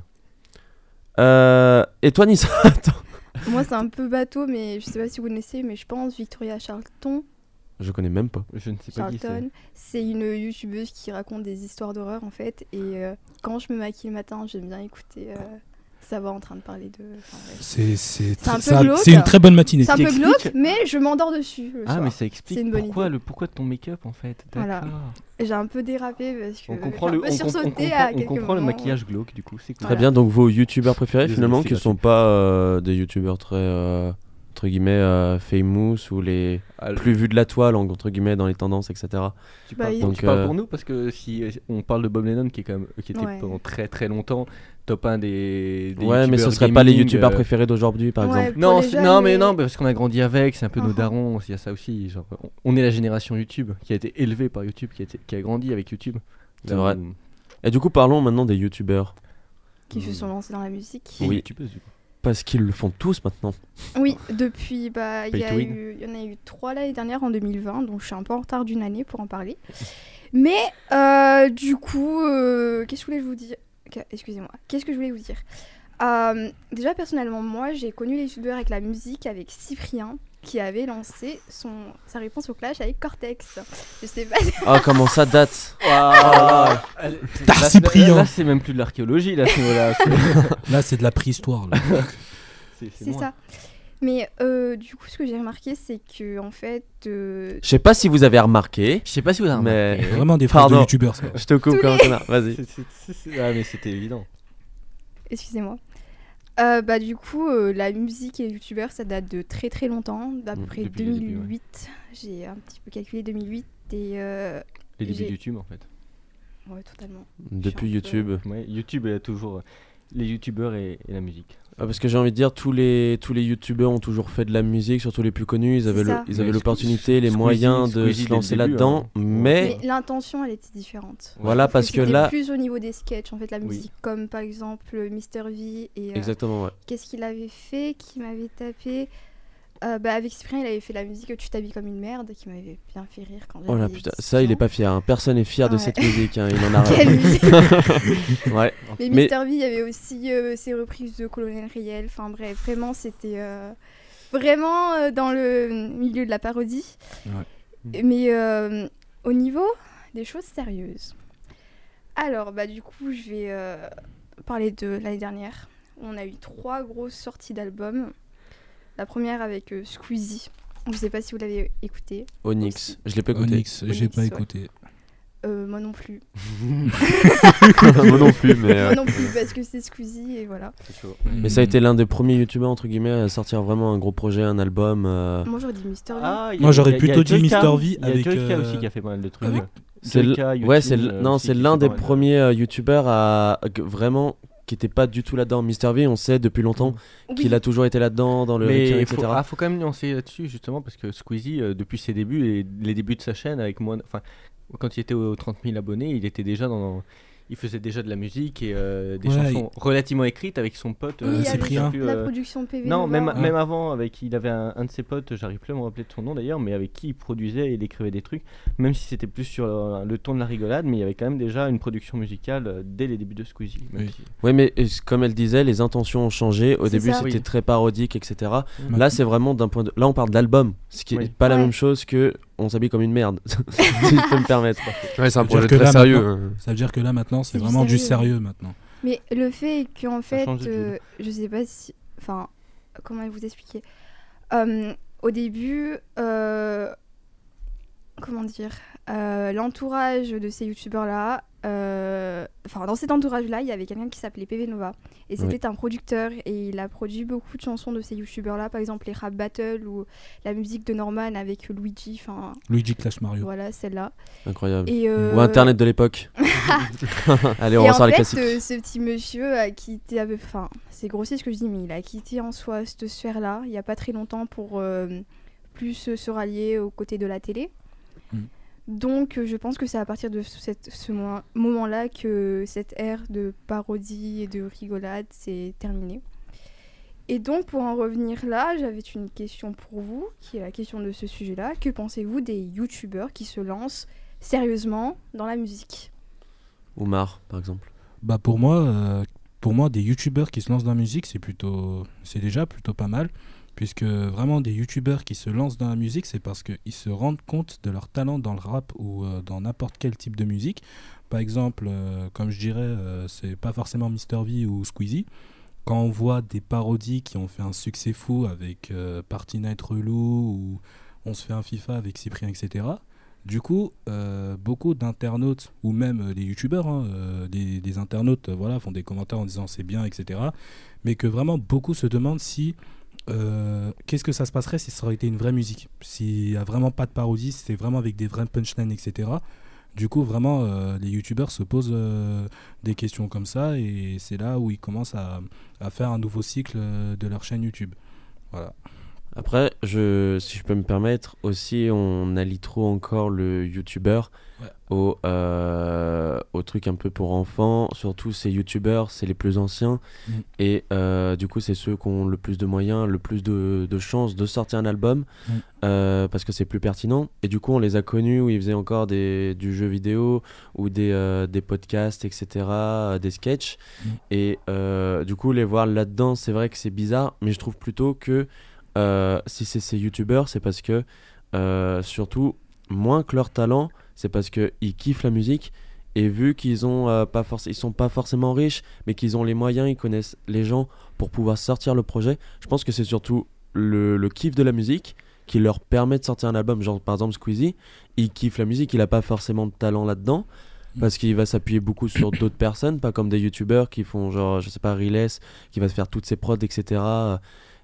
Euh... Et toi, Nissa? Attends. Moi, c'est un peu bateau, mais je sais pas si vous connaissez, mais je pense Victoria Charlton. Je connais même pas. Je ne sais pas qui c'est. Charlton, c'est une youtubeuse qui raconte des histoires d'horreur en fait. Et euh, quand je me maquille le matin, j'aime bien écouter euh, sa voix en train de parler de. enfin, bref. C'est c'est C'est un tr- peu c'est un- glauque. c'est une très bonne matinée. C'est un peu Qui glauque, explique- mais je m'endors dessus. le Ah, soir. mais ça explique C'est une bonne pourquoi, idée. le, pourquoi de ton make-up en fait. Voilà. D'accord. J'ai un peu dérapé parce que On comprend, j'ai le, un peu on, com- on sursauté comprend, à on quelques comprend le moments. maquillage glauque du coup. C'est cool. Très bien, donc vos youtubeurs préférés Désolé, finalement, c'est qui gratuit. sont pas euh, des youtubeurs très, euh, entre guillemets, euh, famous ou les Ah, le- plus vus de la toile, en- entre guillemets, dans les tendances, et cetera. Tu Bah, parles, il- pour- Donc, tu parles euh, pour nous parce que si euh, on parle de Bob Lennon qui est quand même qui était Ouais. pendant très très longtemps top un des, des Ouais, mais ce youtubeurs serait pas les gaming, youtubeurs euh, préférés d'aujourd'hui, par Ouais, exemple. pour Non, les c'est- jeunes, non, mais mais- non, parce qu'on a grandi avec, c'est un peu nos Uh-huh. darons, il y a ça aussi. Genre, on, on est la génération YouTube qui a été élevée par YouTube, qui a, été, qui a grandi avec YouTube. C'est Là vrai. où- Et du coup, parlons maintenant des youtubeurs. Qui se sont lancés dans la musique. Et Oui. YouTubeuse, du coup. Parce qu'ils le font tous maintenant. Oui, depuis, bah, il Pay y, a to win. eu- il y en a eu trois l'année dernière en deux mille vingt, donc je suis un peu en retard d'une année pour en parler. Mais euh, du coup, euh, qu'est-ce que je voulais vous dire Ok, excusez-moi. Qu'est-ce que je voulais vous dire Euh, Déjà, personnellement, moi, j'ai connu les youtubeurs avec la musique, avec Cyprien, qui avait lancé son, sa réponse au clash avec Cortex. Je sais pas. Ah, comment ça date? Waouh. Elle- T'as là, Cyprien. là, là, c'est même plus de l'archéologie, là, à ce niveau-là. C'est- Là, c'est de la préhistoire. là. c'est- c'est C'est moi. ça. Mais euh, du coup, ce que j'ai remarqué, c'est que en fait, euh, Je sais pas si vous avez remarqué, Je sais pas si vous avez mais. remarqué. Vraiment des phrases de Pardon. youtubeurs, ça. Je te coupe Tous comme un les- connard. Vas-y. C'est- c'est- c'est- c'est- Ah, mais c'était évident. excusez-moi. Euh, bah du coup, euh, la musique et les youtubeurs, ça date de très très longtemps, d'à peu Mm, près depuis les débuts, ouais. deux mille huit. J'ai un petit peu calculé deux mille huit et euh, Les débuts J'ai- de YouTube, en fait. ouais, totalement. Depuis Je suis un peu- YouTube. Ouais, YouTube a toujours euh, les youtubeurs et, et la musique. Ah, parce que j'ai envie de dire, tous les, tous les youtubeurs ont toujours fait de la musique, surtout les plus connus. Ils avaient, C'est le- ça. ils avaient Mais l'opportunité, les Squeezie- moyens de Squeezie se dès le lancer début, là-dedans. hein. Mais, Mais l'intention, elle était différente. voilà, parce que c'était là. plus au niveau des sketchs, en fait, la Oui. musique, comme par exemple Mister V et euh, Exactement, ouais. qu'est-ce qu'il avait fait, qui m'avait tapé. Euh, bah, avec Cyprien, il avait fait la musique Tu t'habilles comme une merde, qui m'avait bien fait rire quand Oh là j'avais putain, dix ça il est ans. pas fier, hein. Personne est fier de Ouais. cette musique, hein. Il en a Quelle rien. musique. Ouais. Mais, Mais- Mister V, il y avait aussi euh, ses reprises de Colonel Riel. Enfin bref, vraiment, c'était euh, vraiment euh, dans le milieu de la parodie. Ouais. Mais euh, au niveau des choses sérieuses. Alors, bah du coup, je vais euh, parler de l'année dernière. On a eu trois grosses sorties d'albums. La première avec euh, Squeezie. Je sais pas si vous l'avez écouté. Onyx, je l'ai pas écouté. Onyx, j'ai Onyx, pas ouais. écouté. Euh, moi non plus. Moi non plus, mais. euh, Moi non plus, parce que c'est Squeezie et voilà. C'est chaud. Mais ça a été l'un des premiers youtubeurs entre guillemets à sortir vraiment un gros projet, un album. euh, Moi j'aurais dit Mister V. Ah, il y a- Moi, j'aurais il y a- il y a plutôt dit Joyka. Mister V Il y a avec, Joyka euh, aussi qui a fait pas mal de trucs. avec- ouais. C'est l- Joyka, ouais, c'est Yotun, l- euh, non, aussi, c'est qui l'un fait des pas mal de- premiers euh, youtubeurs à que- vraiment qui était pas du tout là-dedans. Mister V, on sait depuis longtemps Oui. qu'il a toujours été là-dedans dans le Mais Requiem, il et faut, cetera. ah, faut quand même nuancer là-dessus justement parce que Squeezie euh, depuis ses débuts et les débuts de sa chaîne avec moi, enfin quand il était aux trente mille abonnés, il était déjà dans, il faisait déjà de la musique et euh, des Ouais, chansons relativement écrites avec son pote. Oui, euh, avec Cyprien. je sais plus, la euh, production P V Non, Nova. même, Ouais. même avant, avec il avait un, un de ses potes, j'arrive plus à me rappeler de son nom d'ailleurs, mais avec qui il produisait et il écrivait des trucs, même si c'était plus sur le, le ton de la rigolade, mais il y avait quand même déjà une production musicale euh, dès les débuts de Squeezie. même Oui. si- Ouais, mais euh, comme elle disait, les intentions ont changé. Au C'est début, ça. c'était Oui. très parodique, et cetera. Mm. Là, c'est vraiment d'un point de. Là, on parle d'album, ce qui Oui. est pas la Ouais. même chose que on s'habille comme une merde, si je peux me permettre. Ouais, c'est un Ça veut projet dire que très là, sérieux. maintenant- hein. Ça veut dire que là maintenant c'est C'est du vraiment du sérieux. sérieux maintenant. Mais le fait est qu'en fait, changé de euh, je sais pas si. Enfin, comment vous expliquer Euh, Au début, euh, comment dire euh, l'entourage de ces youtubeurs-là, euh, enfin, dans cet entourage-là, il y avait quelqu'un qui s'appelait P V Nova. Et c'était un producteur et il a produit beaucoup de chansons de ces youtubeurs-là, par exemple les rap battles ou la musique de Norman avec Luigi, enfin. Luigi Clash Mario. Voilà, celle-là. Incroyable. Et, euh, Ou Internet de l'époque. Allez, on Et ressort en les fait, classiques. euh, ce petit monsieur a quitté, avec- enfin, c'est grossier ce que je dis, mais il a quitté en soi cette sphère-là il n'y a pas très longtemps pour euh, plus euh, se rallier aux côtés de la télé. Mm. Donc, euh, je pense que c'est à partir de cette- ce mo- moment-là que cette ère de parodie et de rigolade s'est terminée. Et donc, pour en revenir là, j'avais une question pour vous, qui est la question de ce sujet-là. Que pensez-vous des youtubeurs qui se lancent sérieusement dans la musique ? Oumar, par exemple. Bah pour moi, euh, pour moi, des youtubeurs qui se lancent dans la musique, c'est plutôt, c'est déjà plutôt pas mal, puisque vraiment des youtubeurs qui se lancent dans la musique, c'est parce qu'ils se rendent compte de leur talent dans le rap ou euh, dans n'importe quel type de musique. Par exemple, euh, comme je dirais, euh, c'est pas forcément mister V ou Squeezie. Quand on voit des parodies qui ont fait un succès fou avec euh, Party Night Relou ou On se fait un FIFA avec Cyprien, et cetera. Du coup, euh, beaucoup d'internautes, ou même euh, des youtubeurs, hein, euh, des, des internautes euh, voilà, font des commentaires en disant c'est bien, et cetera. Mais que vraiment beaucoup se demandent si euh, qu'est-ce que ça se passerait si ça aurait été une vraie musique, s'il n'y a vraiment pas de parodie, si c'était vraiment avec des vrais punchlines, et cetera. Du coup, vraiment, euh, les youtubeurs se posent euh, des questions comme ça et c'est là où ils commencent à, à faire un nouveau cycle euh, de leur chaîne YouTube. Voilà. Après, je, si je peux me permettre, aussi, on allie trop encore le youtubeur Ouais. au, euh, au truc un peu pour enfants. Surtout, ces youtubeurs, c'est les plus anciens. Mm. Et euh, du coup, c'est ceux qui ont le plus de moyens, le plus de, de chances de sortir un album. Mm. euh, parce que c'est plus pertinent. Et du coup, on les a connus où ils faisaient encore des, du jeu vidéo ou des, euh, des podcasts, et cetera, des sketchs. Mm. Et euh, du coup, les voir là-dedans, c'est vrai que c'est bizarre. Mais je trouve plutôt que euh, si c'est ces youtubeurs, c'est parce que euh, surtout, moins que leur talent, c'est parce qu'ils kiffent la musique. Et vu qu'ils ont euh, pas forc- ils sont pas forcément riches, mais qu'ils ont les moyens, ils connaissent les gens pour pouvoir sortir le projet, je pense que c'est surtout le, le kiff de la musique qui leur permet de sortir un album. Genre par exemple Squeezie, il kiffe la musique, il a pas forcément de talent là-dedans. Parce qu'il va s'appuyer beaucoup sur d'autres personnes, pas comme des youtubeurs qui font genre, je sais pas, Riles, qui va se faire toutes ses prods, et cetera.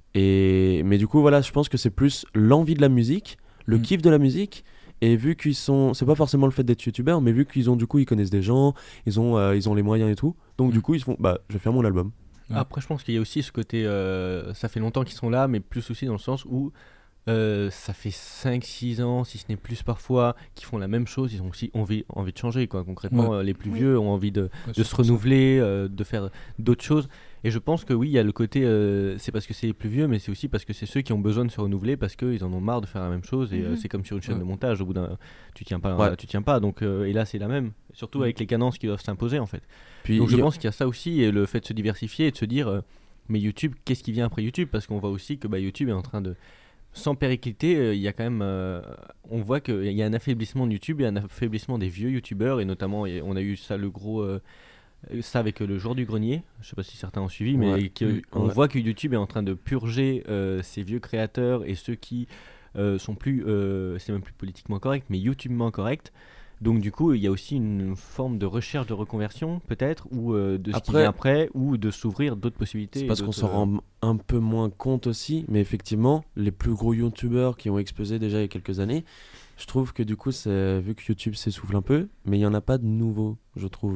Et... Mais du coup, voilà, je pense que c'est plus l'envie de la musique, le Mm. kiff de la musique. Et vu qu'ils sont, c'est pas forcément le fait d'être youtubeurs, mais vu qu'ils ont du coup, ils connaissent des gens, ils ont, euh, ils ont les moyens et tout. Donc du coup, ils se font, bah, je vais faire mon album. Ouais. Après, je pense qu'il y a aussi ce côté, euh, ça fait longtemps qu'ils sont là, mais plus aussi dans le sens où euh, ça fait cinq six ans, si ce n'est plus parfois, qu'ils font la même chose. Ils ont aussi envie, envie de changer, quoi. Concrètement, Ouais. euh, les plus Oui. vieux ont envie de, Ouais, de c'est se pour ça. renouveler, euh, de faire d'autres choses. Et je pense que oui, il y a le côté, euh, c'est parce que c'est les plus vieux, mais c'est aussi parce que c'est ceux qui ont besoin de se renouveler, parce qu'ils en ont marre de faire la même chose. Et euh, Mhm. c'est comme sur une chaîne Ouais. de montage, au bout d'un, tu tiens pas, Ouais. tu tiens pas. Donc, euh, et là, c'est la même. Surtout Mhm. avec les cadences qui doivent s'imposer, en fait. Puis Donc je il y a- pense qu'il y a ça aussi, et le fait de se diversifier et de se dire, euh, mais YouTube, qu'est-ce qui vient après YouTube? Parce qu'on voit aussi que bah, YouTube est en train de, sans péricliter, euh, il y a quand même, euh, on voit qu'il y a un affaiblissement de YouTube et un affaiblissement des vieux YouTubeurs, et notamment, et on a eu ça, le gros, euh, ça avec euh, le jour du grenier, je sais pas si certains ont suivi, mais Ouais. que- Oui. on Ouais. voit que YouTube est en train de purger euh, ces vieux créateurs et ceux qui euh, sont plus, euh, c'est même plus politiquement correct, mais YouTubement correct. Donc du coup, il y a aussi une forme de recherche de reconversion, peut-être, ou euh, de ce qui Après- vient après, ou de s'ouvrir d'autres possibilités. C'est parce et qu'on d'autres, s'en euh, rend un peu moins compte aussi, mais effectivement, les plus gros youtubeurs qui ont explosé déjà il y a quelques années, je trouve que du coup, c'est, vu que YouTube s'essouffle un peu, mais il n'y en a pas de nouveaux, je trouve. Par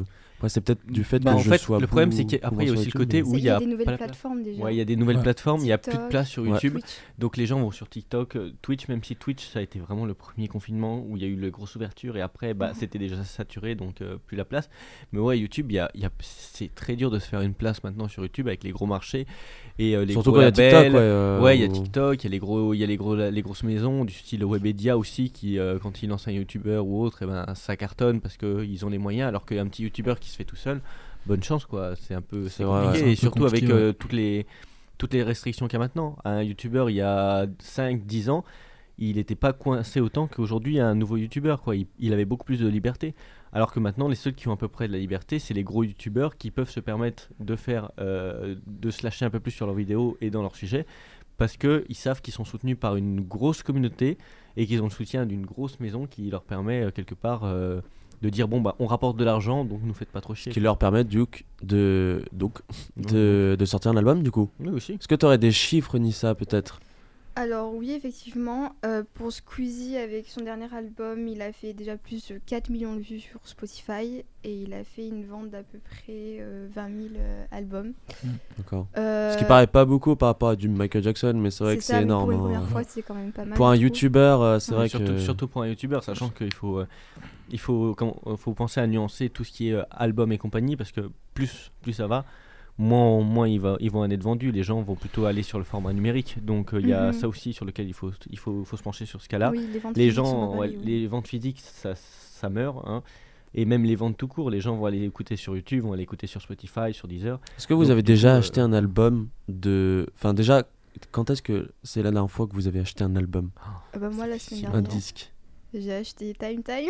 Ouais, c'est peut-être du fait Bah, que en je fait, sois le problème, plus c'est qu'après, il y a souvent aussi sur le côté YouTube, où mais- il y a des nouvelles pas la place. plateformes, déjà. Ouais, il y a des nouvelles Ouais. plateformes, il y a plus de TikTok, place sur Ouais. YouTube. Twitch. Donc les gens vont sur TikTok, euh, Twitch, même si Twitch, ça a été vraiment le premier confinement où il y a eu la grosse ouverture et après, bah, Mhm. c'était déjà saturé, donc euh, plus la place. Mais ouais, YouTube, il y a, il y a- c'est très dur de se faire une place maintenant sur YouTube avec les gros marchés et euh, les Surtout gros quand il y a labels. TikTok, ouais, euh, Ouais, il y a ou- TikTok, il y a les gros, il y a les gros, les grosses maisons du style Webedia aussi qui, euh, quand ils lancent un YouTuber ou autre, et ben ça cartonne parce que ils ont les moyens, alors qu'un petit YouTuber qui se fait tout seul, bonne chance quoi. C'est un peu, c'est C'est vrai, compliqué ouais. et C'est un peu surtout avec compliqué, euh, ouais. toutes les toutes les restrictions qu'il y a maintenant. Un YouTuber il y a cinq dix ans, il n'était pas coincé autant qu'aujourd'hui un nouveau YouTuber quoi. Il, il avait beaucoup plus de liberté. Alors que maintenant, les seuls qui ont à peu près de la liberté, c'est les gros youtubeurs qui peuvent se permettre de faire, euh, de se lâcher un peu plus sur leurs vidéos et dans leur sujet, parce qu'ils savent qu'ils sont soutenus par une grosse communauté et qu'ils ont le soutien d'une grosse maison qui leur permet euh, quelque part euh, de dire bon bah on rapporte de l'argent, donc nous faites pas trop chier. Qui leur permettent donc de, donc, de, de sortir un album du coup. Oui, aussi. Est-ce que tu aurais des chiffres, Nissa, peut-être? Alors oui, effectivement, euh, pour Squeezie, avec son dernier album, il a fait déjà plus de quatre millions de vues sur Spotify et il a fait une vente d'à peu près euh, vingt mille euh, albums. D'accord. Euh, Ce qui paraît pas beaucoup par rapport à du Michael Jackson, mais c'est vrai c'est que ça, c'est mais énorme. pour une hein. première fois, c'est quand même pas mal, Pour un je trouve. youtubeur, euh, c'est Ouais, vrai surtout, que. surtout pour un youtubeur, sachant qu'il faut, euh, il faut, comment- euh, faut penser à nuancer tout ce qui est euh, album et compagnie, parce que plus, plus ça va, moins, moins il va, ils vont en être vendus. Les gens vont plutôt aller sur le format numérique. Donc euh, il y a Mhm. ça aussi sur lequel il faut, il faut, faut se pencher sur ce cas-là. Oui, les ventes les physiques sont gens, avalées, ouais, oui. les ventes physiques, ça, ça meurt. hein. Et même les ventes tout court, les gens vont aller écouter sur YouTube, vont aller écouter sur Spotify, sur Deezer. Est-ce que vous Donc, avez du déjà coup, euh, acheté un album de. Enfin, déjà, quand est-ce que c'est la dernière fois que vous avez acheté un album? Ah bah moi, la semaine Un dernière, disque. j'ai acheté Time Time.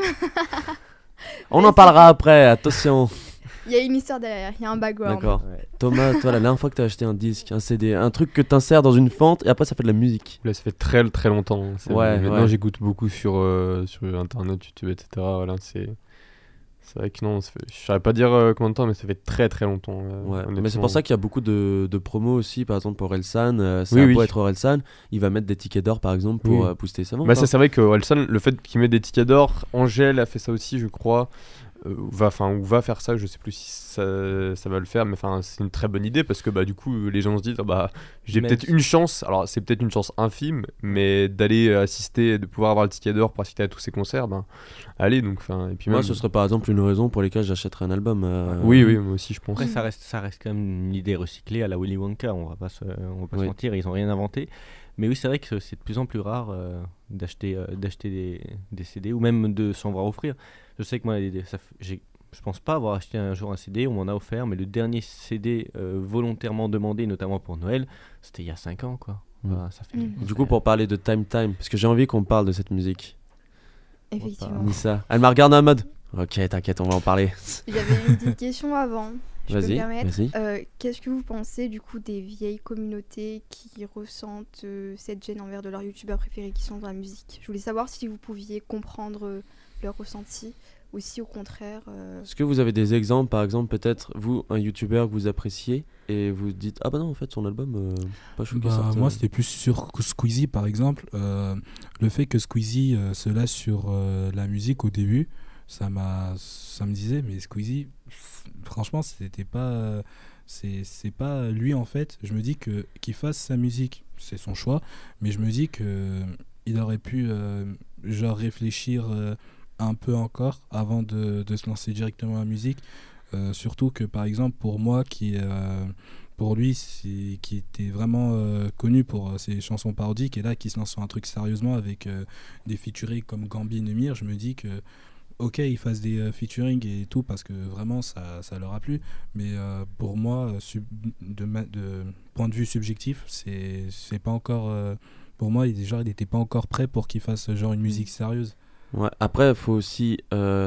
On en parlera après, attention. Il y a une histoire derrière, il y a un background. D'accord. Thomas, toi, la dernière fois que t'as acheté un disque, un C D, un truc que t'insères dans une fente et après ça fait de la musique. Là, ça fait très très longtemps. C'est- Ouais, Maintenant, ouais. j'écoute beaucoup sur, euh, sur Internet, YouTube, et cetera. Voilà, c'est... c'est vrai que non, ça fait... je saurais pas dire euh, combien de temps, mais ça fait très très longtemps. euh, Ouais, mais c'est honnêtement. pour ça qu'il y a beaucoup de, de promos aussi, par exemple pour Orelsan. Euh, ça Oui, a oui. beau être Orelsan, il va mettre des tickets d'or par exemple pour Oui. euh, booster sa vente. Bah, hein. ça, c'est vrai que Orelsan, le fait qu'il mette des tickets d'or, Angèle a fait ça aussi, je crois. Euh, va, enfin, ou va faire ça, je sais plus si ça, ça va le faire, mais enfin, c'est une très bonne idée parce que bah, du coup, les gens se disent, ah, bah, j'ai Même peut-être si- une chance, alors c'est peut-être une chance infime, mais d'aller assister, de pouvoir avoir le ticket d'or pour assister à tous ces concerts, ben, allez, donc, enfin, et puis Moi, même- ce serait par exemple une raison pour laquelle j'achèterais un album. euh, Oui, oui, moi aussi, je pense. Après, ça reste, ça reste quand même une idée recyclée à la Willy Wonka, on va pas se, on va pas se Oui. mentir, ils ont rien inventé. Mais oui, c'est vrai que c'est de plus en plus rare euh, d'acheter euh, d'acheter des, des C D ou même de s'en voir offrir. Je sais que moi, les- ça f- j'ai- je pense pas avoir acheté un jour un C D, on m'en a offert, mais le dernier C D euh, volontairement demandé, notamment pour Noël, c'était il y a cinq ans, quoi. Enfin, ça fait- Du coup, pour parler de Time Time, parce que j'ai envie qu'on parle de cette musique. Effectivement. Nissa, elle m'a regardé en mode. Ok, t'inquiète, on va en parler. J'avais une petite question avant. Je peux Vas-y, me permettre. vas-y. Euh, Qu'est-ce que vous pensez du coup des vieilles communautés qui ressentent euh, cette gêne envers de leurs youtubeurs préférés qui sont dans la musique? Je voulais savoir si vous pouviez comprendre euh, leur ressenti ou si au contraire. euh, Est-ce que vous avez des exemples, par exemple, peut-être vous, un youtubeur que vous appréciez et vous dites ah bah non, en fait, son album, euh, pas choqué. Bah, moi, c'était plus sur Squeezie, par exemple. Euh, le fait que Squeezie euh, se lâche sur euh, la musique au début, ça m'a, ça me disait, mais Squeezie, f- franchement, c'était pas, euh, c'est, c'est pas lui en fait. Je me dis que qu'il fasse sa musique, c'est son choix, mais je me dis que il aurait pu, euh, genre réfléchir euh, un peu encore avant de, de se lancer directement à la musique. Euh, surtout que par exemple pour moi qui euh, pour lui c'est- qui était vraiment euh, connu pour euh, ses chansons parodiques et là qui se lance sur un truc sérieusement avec euh, des featuring comme Gambi, Nemir, je me dis que ok ils fassent des euh, featuring et tout parce que vraiment ça, ça leur a plu, mais euh, pour moi euh, sub- de, ma- de point de vue subjectif c'est c'est pas encore euh, pour moi il genre il était pas encore prêt pour qu'il fasse genre une musique sérieuse. Ouais, après, il faut aussi euh,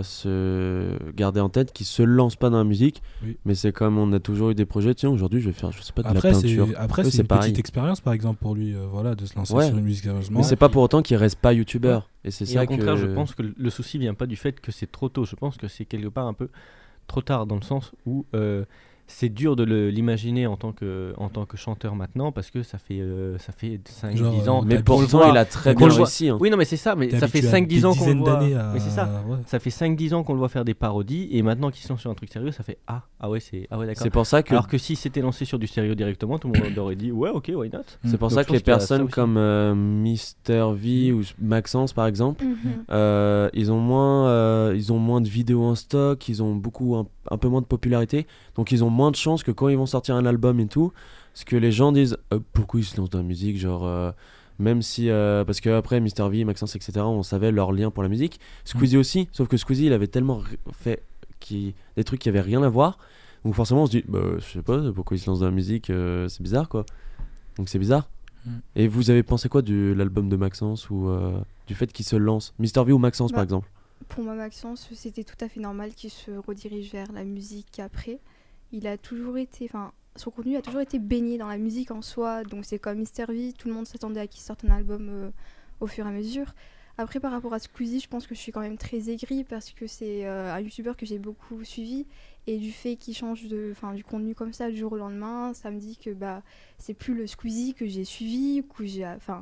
se garder en tête qu'il se lance pas dans la musique, Oui. mais c'est comme on a toujours eu des projets. Tiens, aujourd'hui, je vais faire, je sais pas, de Après la c'est peinture. après Eux, c'est une pareil. petite expérience par exemple pour lui euh, voilà de se lancer Ouais. sur une musique sérieusement. Mais c'est pas pour autant qu'il reste pas youtubeur. Et c'est Et ça au contraire, que. je pense que le souci vient pas du fait que c'est trop tôt. Je pense que c'est quelque part un peu trop tard dans le sens où euh, c'est dur de le- l'imaginer en tant que en tant que chanteur maintenant parce que ça fait euh, ça fait cinq Genre, dix ans euh, Mais qu'on le pourtant, voit, il a très qu'on bien le voit. réussi, hein. Oui, non mais c'est ça, mais T'es ça fait habitué à cinq dix des ans qu'on le dizaines voit. d'années à- Mais c'est ça. ouais. Ça fait cinq dix ans qu'on le voit faire des parodies et maintenant qu'ils sont sur un truc sérieux, ça fait ah ah ouais, c'est ah ouais d'accord. C'est pour ça que- Alors que si c'était lancé sur du sérieux directement, tout le monde aurait dit ouais, OK, why not. C'est pour Donc, ça je que les pense qu'il y a ça personnes aussi. comme euh, Mister V ou Maxence par exemple, Mhm. euh, ils ont moins, euh, ils ont moins de vidéos en stock, ils ont beaucoup un, un peu moins de popularité, donc ils ont moins de chances que quand ils vont sortir un album et tout, ce que les gens disent euh, pourquoi ils se lancent dans la musique, genre euh, même si euh, parce que après Mister V, Maxence et cetera, on savait leur lien pour la musique. Squeezie aussi, sauf que Squeezie il avait tellement r- fait qui des trucs qui avaient rien à voir, donc forcément on se dit bah je sais pas pourquoi il se lance dans la musique, euh, c'est bizarre quoi. Donc c'est bizarre. Mm. Et vous avez pensé quoi de l'album de Maxence ou euh, du fait qu'il se lance Mister V ou Maxence Bah, par exemple? Pour moi, Maxence, c'était tout à fait normal qu'il se redirige vers la musique après. Il a toujours été, enfin, son contenu a toujours été baigné dans la musique en soi, donc c'est comme Mister V, tout le monde s'attendait à qu'il sorte un album euh, au fur et à mesure. Après, par rapport à Squeezie, je pense que je suis quand même très aigrie parce que c'est euh, un youtubeur que j'ai beaucoup suivi et du fait qu'il change de, enfin, du contenu comme ça du jour au lendemain, ça me dit que bah c'est plus le Squeezie que j'ai suivi, que j'ai, enfin,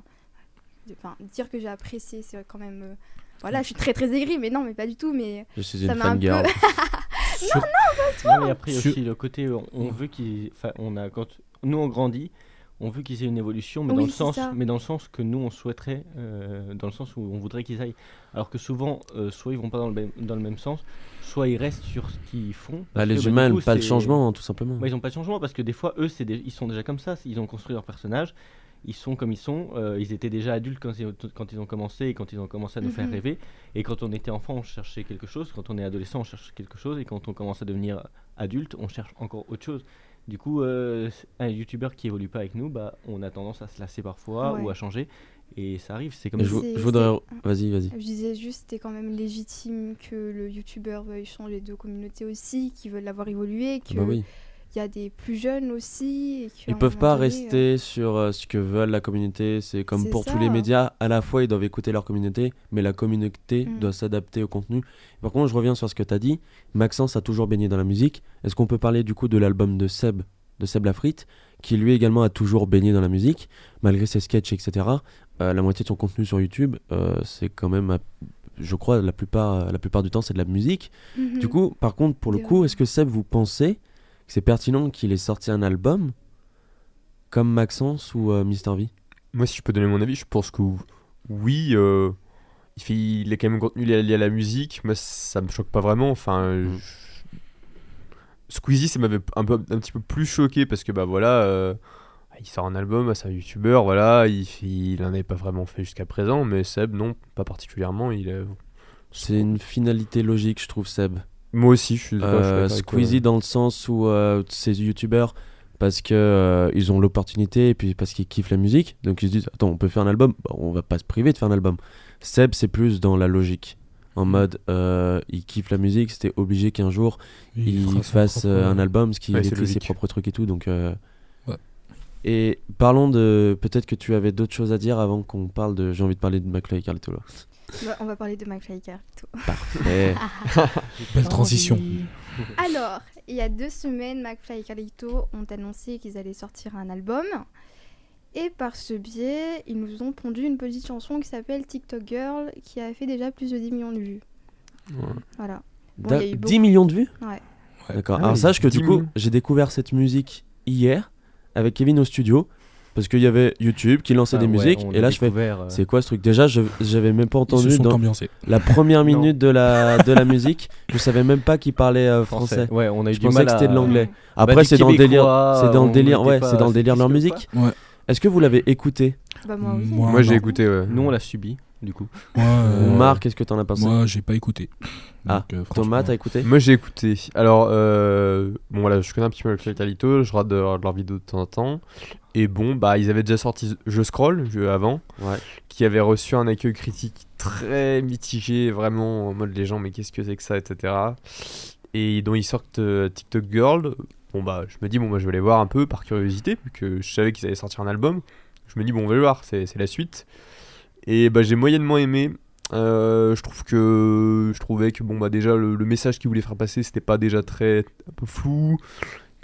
enfin dire que j'ai apprécié, c'est quand même, euh, voilà, je suis très très aigrie, mais non, mais pas du tout, mais Je suis ça une m'a un peu. fangirl. non, non, pas toi. Non, mais après Sur- aussi le côté on, on veut qu'ils enfin on a quand nous on grandit, on veut qu'ils aient une évolution mais Oui, dans le c'est sens ça. mais dans le sens que nous on souhaiterait euh, dans le sens où on voudrait qu'ils aillent. Alors que souvent euh, soit ils vont pas dans le même dans le même sens, soit ils restent sur ce qu'ils font. Bah, parce les que, bah, humains du n'aiment coup, pas le c'est- changement, hein, tout simplement. Bah, ils ont pas de changement parce que des fois eux c'est des- ils sont déjà comme ça, ils ont construit leur personnage. Ils sont comme ils sont, euh, ils étaient déjà adultes quand ils, quand ils ont commencé et quand ils ont commencé à nous faire Mhm. rêver. Et quand on était enfant, on cherchait quelque chose. Quand on est adolescent, on cherche quelque chose. Et quand on commence à devenir adulte, on cherche encore autre chose. Du coup, euh, un youtubeur qui évolue pas avec nous, bah, on a tendance à se lasser parfois Ouais. ou à changer. Et ça arrive, c'est comme Et ça. je, C'est- je voudrais. c'est- Vas-y, vas-y. Je disais juste, c'était quand même légitime que le youtubeur veuille changer de communauté aussi, qu'ils veulent l'avoir évolué, qu'il Bah oui. y a des plus jeunes aussi. Et qu'à Ils un peuvent moment pas donné, rester sur euh, ce que veulent la communauté. C'est comme C'est pour tous ça. les médias. À la fois, ils doivent écouter leur communauté, mais la communauté Mm. doit s'adapter au contenu. Par contre, je reviens sur ce que tu as dit. Maxence a toujours baigné dans la musique. Est-ce qu'on peut parler du coup de l'album de Seb, de Seb Lafrite, qui lui également a toujours baigné dans la musique, malgré ses sketchs, et cetera. Euh, la moitié de son contenu sur YouTube, euh, c'est quand même, euh, je crois, la plupart, la plupart du temps, c'est de la musique. Mhm. Du coup, par contre, pour le Des coup, est-ce que Seb, vous pensez que c'est pertinent qu'il ait sorti un album comme Maxence ou euh, Mister V? Moi, si je peux donner mon avis, je pense que oui, euh, il, fait, il est quand même un contenu lié, lié à la musique. Moi, ça me choque pas vraiment. Enfin, Mm. je- Squeezie, ça m'avait un, peu, un petit peu plus choqué parce que bah voilà, euh, il sort un album, c'est un youtubeur, voilà, il, fait- il en avait pas vraiment fait jusqu'à présent, mais Seb, non, pas particulièrement. Il est... C'est une finalité logique, je trouve, Seb. Moi aussi, je suis d'accord. je suis Euh, d'accord avec toi. Squeezie dans le sens où euh, ces youtubeurs, parce que euh, ils ont l'opportunité et puis parce qu'ils kiffent la musique, donc ils se disent attends, on peut faire un album, bah, on va pas se priver de faire un album. Seb, c'est plus dans la logique, en mode euh, il kiffe la musique, c'était obligé qu'un jour Il il, fera son fasse propre- euh, un album, parce qu'il Ouais, c'est écrit ses logique. propres trucs et tout, donc. euh, Ouais. Et parlons de, peut-être que tu avais d'autres choses à dire avant qu'on parle de, j'ai envie de parler de McFly et Carlito là. Bah, on va parler de McFly et Carlito. Parfait. Belle transition. Alors, il y a deux semaines, McFly et Carlito ont annoncé qu'ils allaient sortir un album. Et par ce biais, ils nous ont pondu une petite chanson qui s'appelle TikTok Girl, qui a fait déjà plus de dix millions de vues. Ouais. Voilà. Bon, Da- il y a eu dix beaucoup- millions de vues? Ouais. D'accord. Ah Alors oui, sache que du dix coup, millions. j'ai découvert cette musique hier avec Kevin au studio parce qu'il y avait YouTube qui lançait Ah des ouais, musiques on et a là je fais découvert, euh, c'est quoi ce truc? Déjà je j'avais même pas Ils entendu se sont dans ambiancés. la première Non. minute de la de la musique, je savais même pas qu'il parlait euh, français. Ouais, on a eu Je du pensais mal que c'était à- de l'anglais. Bah, Après des c'est dans le délire, Québécois, c'est dans on le délire, était ouais, pas c'est dans le délire de leur sophistiqués musique. ou Ouais. Est-ce que vous l'avez écouté? Bah, moi aussi. Moi, Moi, j'ai non. écouté. ouais. Nous, on l'a subi, du coup. Moi, euh, Marc, qu'est-ce que t'en as pensé? moi, j'ai pas écouté. Ah, Donc, euh, Thomas, franchement, t'as écouté? Moi j'ai écouté. Alors, euh, bon voilà, je connais un petit peu le Calito, je regarde de- leurs vidéos de temps en temps. Et bon, bah ils avaient déjà sorti Je Scroll jeu avant, Ouais. qui avait reçu un accueil critique très mitigé, vraiment en mode les gens, mais qu'est-ce que c'est que ça, et cetera. Et dont ils sortent euh, TikTok Girl. Bon bah, je me dis, bon, moi je vais aller voir un peu par curiosité, vu que je savais qu'ils allaient sortir un album. Je me dis, bon, on va le voir, c'est c'est la suite. Et bah, j'ai moyennement aimé. Euh, je trouve que je trouvais que bon bah déjà le, le message qu'il voulait faire passer c'était pas déjà très un peu flou,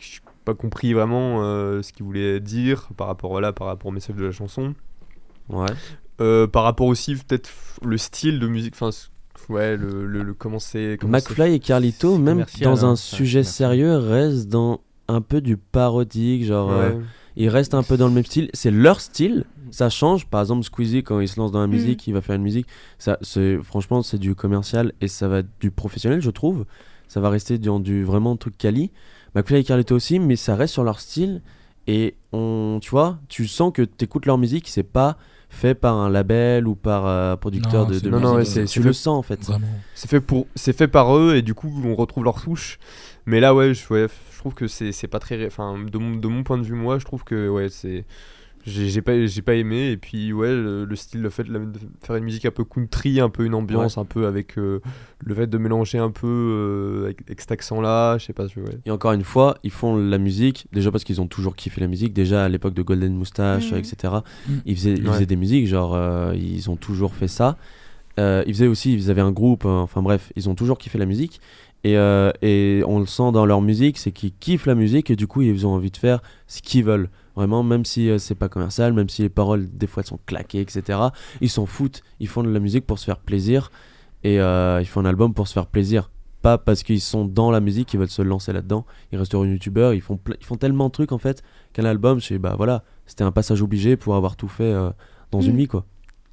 j'ai pas compris vraiment euh, ce qu'il voulait dire par rapport, voilà, par rapport au message de la chanson. Ouais. Euh, par rapport aussi, peut-être, le style de musique, enfin, c- ouais, le, le, le- comment c'est. comment c'est- McFly et Carlito, même commercial, dans hein, un ça, sujet c'est sérieux, restent dans un peu du parodique, genre Ouais. euh, ils restent un peu dans le même style. C'est leur style, ça change. Par exemple, Squeezie, quand il se lance dans la musique, il va faire une musique. Ça, c'est, franchement, c'est du commercial et ça va être du professionnel, je trouve. Ça va rester dans du vraiment truc quali. McFly et Carlito aussi, mais ça reste sur leur style. Et on, tu vois, tu sens que tu écoutes leur musique, c'est pas fait par un label ou par un producteur Non, de, c'est- de non, musique. non, ouais, tu c'est- tu c'est le fait- sens en fait. Vraiment. C'est fait, pour, c'est fait par eux et du coup, on retrouve leur touche. Mais là, ouais, je, ouais, je trouve que c'est, c'est pas très. ré- Enfin, de mon, de mon point de vue, moi, je trouve que, ouais, c'est. J'ai, j'ai pas, j'ai pas aimé. Et puis, ouais, le, le style, le fait de, la- de faire une musique un peu country, un peu une ambiance, un peu avec euh, le fait de mélanger un peu euh, avec, avec cet accent-là, je sais pas. Je, ouais. Et encore une fois, ils font la musique, déjà parce qu'ils ont toujours kiffé la musique, déjà à l'époque de Golden Moustache, Mhm. et cetera. Mm. Ils, faisaient, ils Ouais. faisaient des musiques, genre, euh, ils ont toujours fait ça. Euh, ils faisaient aussi, ils avaient un groupe, euh, enfin bref, ils ont toujours kiffé la musique. Et, euh, et on le sent dans leur musique, c'est qu'ils kiffent la musique et du coup, ils ont envie de faire ce qu'ils veulent. Vraiment, même si euh, c'est pas commercial, même si les paroles, des fois, elles sont claquées, et cetera. Ils s'en foutent, ils font de la musique pour se faire plaisir. Et euh, ils font un album pour se faire plaisir. Pas parce qu'ils sont dans la musique, ils veulent se lancer là-dedans. Ils resteront youtubeurs, ils font, ple- ils font tellement de trucs en fait qu'un album, c'est bah voilà, c'était un passage obligé pour avoir tout fait euh, dans une Mm. nuit quoi.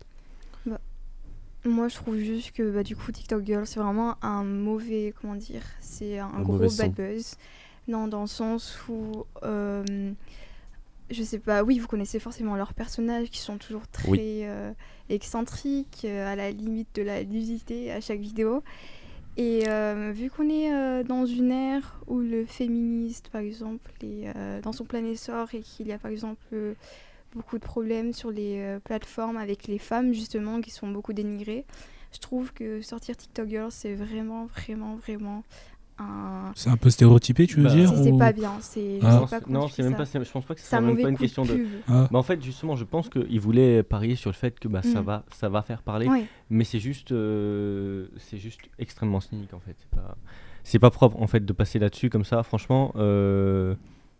Moi, je trouve juste que bah, du coup, TikTok Girl, c'est vraiment un mauvais, comment dire, c'est un, Un gros mauvais son. bad buzz. Non, dans le sens où, euh, je sais pas, oui, vous connaissez forcément leurs personnages qui sont toujours très Oui. euh, excentriques, euh, à la limite de la nudité à chaque vidéo. Et euh, vu qu'on est euh, dans une ère où le féministe, par exemple, est euh, dans son plein essor et qu'il y a par exemple euh, beaucoup de problèmes sur les euh, plateformes avec les femmes justement qui sont beaucoup dénigrées, je trouve que sortir TikTok Girl, c'est vraiment, vraiment, vraiment un... C'est un peu stéréotypé, tu veux Bah, dire C'est c'est ou- pas bien, c'est... je Ah. sais pas comment Non, tu c'est fais même ça. pas. c'est- Je pense pas que C'est c'est un même mauvais pas une coup de question de. pub. Ah. Mais en fait, justement, je pense qu'ils voulaient parier sur le fait que bah, ça Mm. va, ça va faire parler. Ouais. Mais c'est juste, euh, c'est juste extrêmement cynique en fait. C'est pas, c'est pas propre en fait de passer là-dessus comme ça. Franchement, euh,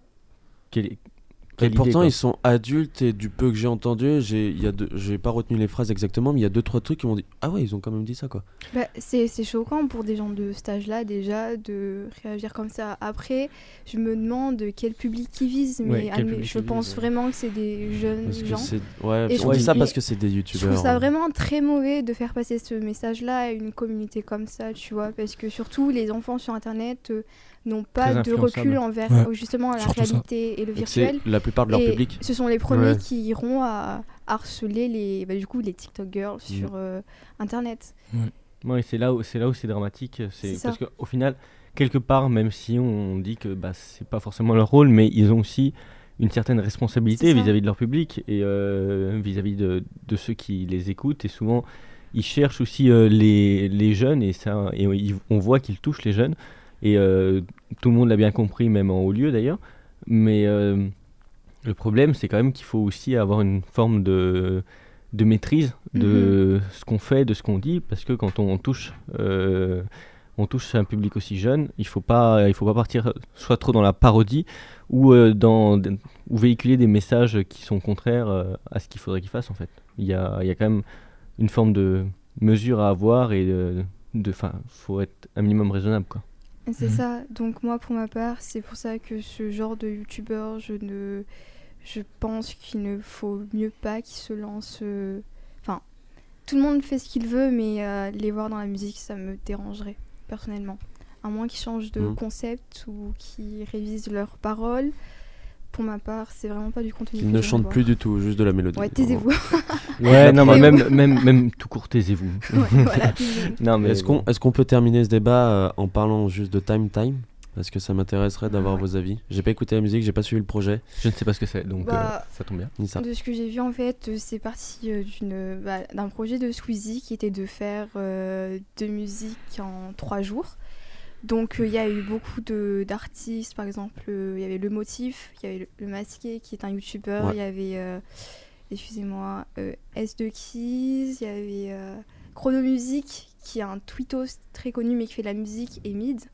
quelle, Et quelle idée, pourtant quoi. ils sont adultes et du peu que j'ai entendu, j'ai il y a deux- j'ai pas retenu les phrases exactement, mais il y a deux trois trucs qui m'ont dit ah ouais ils ont quand même dit ça quoi. Bah, c'est c'est choquant pour des gens de cet âge-là déjà de réagir comme ça. Après, je me demande quel public ils visent, mais Ouais, quel admet- public je ils pense visent, vraiment que c'est des jeunes Parce que gens. c'est ouais, Et je on trouve- dit ça et parce que c'est des Je youtubeurs. trouve ça hein. vraiment très mauvais de faire passer ce message-là à une communauté comme ça, tu vois, parce que surtout les enfants sur Internet euh, n'ont pas Très de recul influençables. envers Ouais. euh, justement la Surtout ça. réalité et le Et que c'est virtuel. la plupart de leur Et public. ce sont les premiers Ouais. qui iront à harceler les, bah, du coup, les TikTok girls sur euh, Internet. Ouais, c'est là où c'est là où c'est dramatique, c'est C'est ça. parce qu'au final, quelque part, même si on dit que bah c'est pas forcément leur rôle, mais ils ont aussi une certaine responsabilité C'est ça. vis-à-vis de leur public et euh, vis-à-vis de, de ceux qui les écoutent. Et souvent, ils cherchent aussi euh, les, les jeunes et ça, et ils- on voit qu'ils touchent les jeunes. Et euh, tout le monde l'a bien compris, même en haut lieu d'ailleurs. Mais euh, le problème, c'est quand même qu'il faut aussi avoir une forme de, de maîtrise de ce qu'on fait, de ce qu'on dit, parce que quand on touche, euh, on touche un public aussi jeune, il faut pas, il faut pas partir soit trop dans la parodie ou euh, dans ou véhiculer des messages qui sont contraires euh, à ce qu'il faudrait qu'ils fassent en fait. Il y a, il y a quand même une forme de mesure à avoir et de, de, enfin, faut être un minimum raisonnable quoi. Et C'est ça. Donc moi, pour ma part, c'est pour ça que ce genre de youtubeur, je ne, je pense qu'il ne faut mieux pas qu'ils se lancent. euh, Enfin, tout le monde fait ce qu'il veut, mais euh, les voir dans la musique, ça me dérangerait personnellement. À moins qu'ils changent de Mhm. concept ou qu'ils révisent leurs paroles. Pour ma part, c'est vraiment pas du contenu. Ils que ne j'aime chantent voir. plus du tout, juste de la mélodie. Ouais, taisez-vous. Ouais, non, mais Taisez-vous. même, même, même tout court, taisez-vous. Ouais, voilà, taisez-vous. Non, mais Est-ce qu'on est-ce qu'on peut terminer ce débat euh, en parlant juste de Time Time? Parce que ça m'intéresserait d'avoir Ouais. vos avis. J'ai pas écouté la musique, j'ai pas suivi le projet. Je ne sais pas ce que c'est, donc Bah, euh, ça tombe bien. Ni ça. De ce que j'ai vu en fait, euh, c'est parti euh, d'une, bah, d'un projet de Squeezie qui était de faire euh, de musique en trois jours. Donc euh, il y a eu beaucoup de, d'artistes, par exemple, euh, il y avait Le Motif, il y avait Le, Le Masqué qui est un youtubeur, Ouais. il y avait, euh, excusez-moi, euh, S deux Keys, il y avait euh, Chrono Music qui est un tweetos très connu mais qui fait de la musique, et Mid.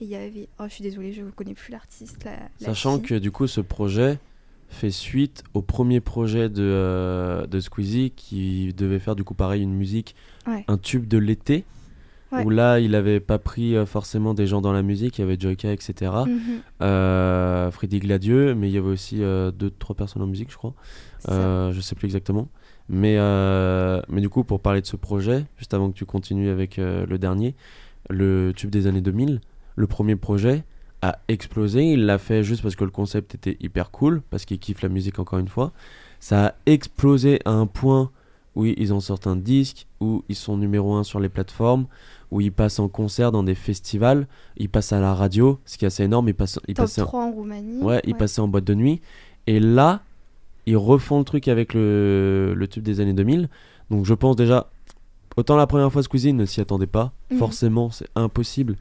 Et il y avait. Oh, je suis désolée, je ne connais plus l'artiste. La, la Sachant fille. que du coup, ce projet fait suite au premier projet de, euh, de Squeezie qui devait faire du coup pareil une musique, Ouais. un tube de l'été. Ouais. Où là, il avait pas pris euh, forcément des gens dans la musique, il y avait Joyka, et cetera. Mhm. Euh, Freddy Gladieux, mais il y avait aussi euh, deux, trois personnes en musique, je crois. Euh, je sais plus exactement. Mais, euh, mais du coup, pour parler de ce projet, juste avant que tu continues avec euh, le dernier, le tube des années deux mille, le premier projet a explosé. Il l'a fait juste parce que le concept était hyper cool, parce qu'il kiffe la musique encore une fois. Ça a explosé à un point où ils en sortent un disque, où ils sont numéro un sur les plateformes, où ils passent en concert dans des festivals, ils passent à la radio, ce qui est assez énorme. Ils passent, ils Top passaient en- trois en Roumanie. Ouais, ils Ouais. passaient en boîte de nuit. Et là, ils refont le truc avec le, le tube des années deux mille. Donc je pense déjà, autant la première fois Squeezie ne s'y attendait pas, Mhm. forcément c'est impossible.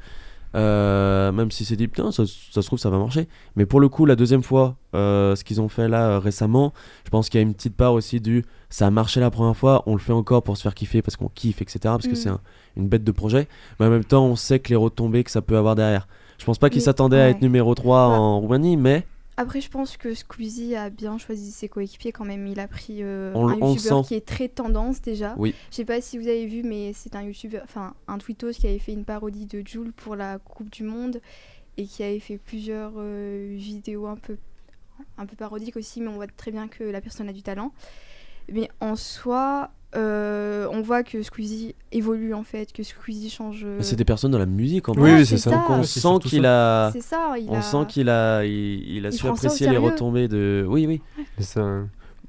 Euh, même si c'est dit, putain, ça, ça se trouve ça va marcher. Mais pour le coup, la deuxième fois, euh, ce qu'ils ont fait là euh, récemment, je pense qu'il y a une petite part aussi du ça a marché la première fois, on le fait encore pour se faire kiffer parce qu'on kiffe, et cetera. Parce que Mhm. c'est un- une bête de projet. Mais en même temps, on sait que les retombées que ça peut avoir derrière. Je pense pas qu'ils Mais- s'attendaient à ouais. être numéro trois Bah. en Roumanie, mais Après, je pense que Squeezie a bien choisi ses coéquipiers quand même. Il a pris euh, On le- un on le youtubeur sent. qui est très tendance déjà. Oui. Je sais pas si vous avez vu, mais c'est un youtubeur, enfin un tweetos qui avait fait une parodie de Jul pour la Coupe du Monde et qui avait fait plusieurs euh, vidéos un peu, un peu parodiques aussi, mais on voit très bien que la personne a du talent. Mais en soi, euh, on voit que Squeezie évolue en fait, que Squeezie change. euh, c'est des personnes dans la musique en Oui, plus. oui, c'est ça. Donc on Ouais, c'est sent surtout qu'il ça. a, C'est ça, il on a- sent qu'il a, il, il a Il su prend ça au apprécier les sérieux. retombées de. Oui, oui. C'est ça.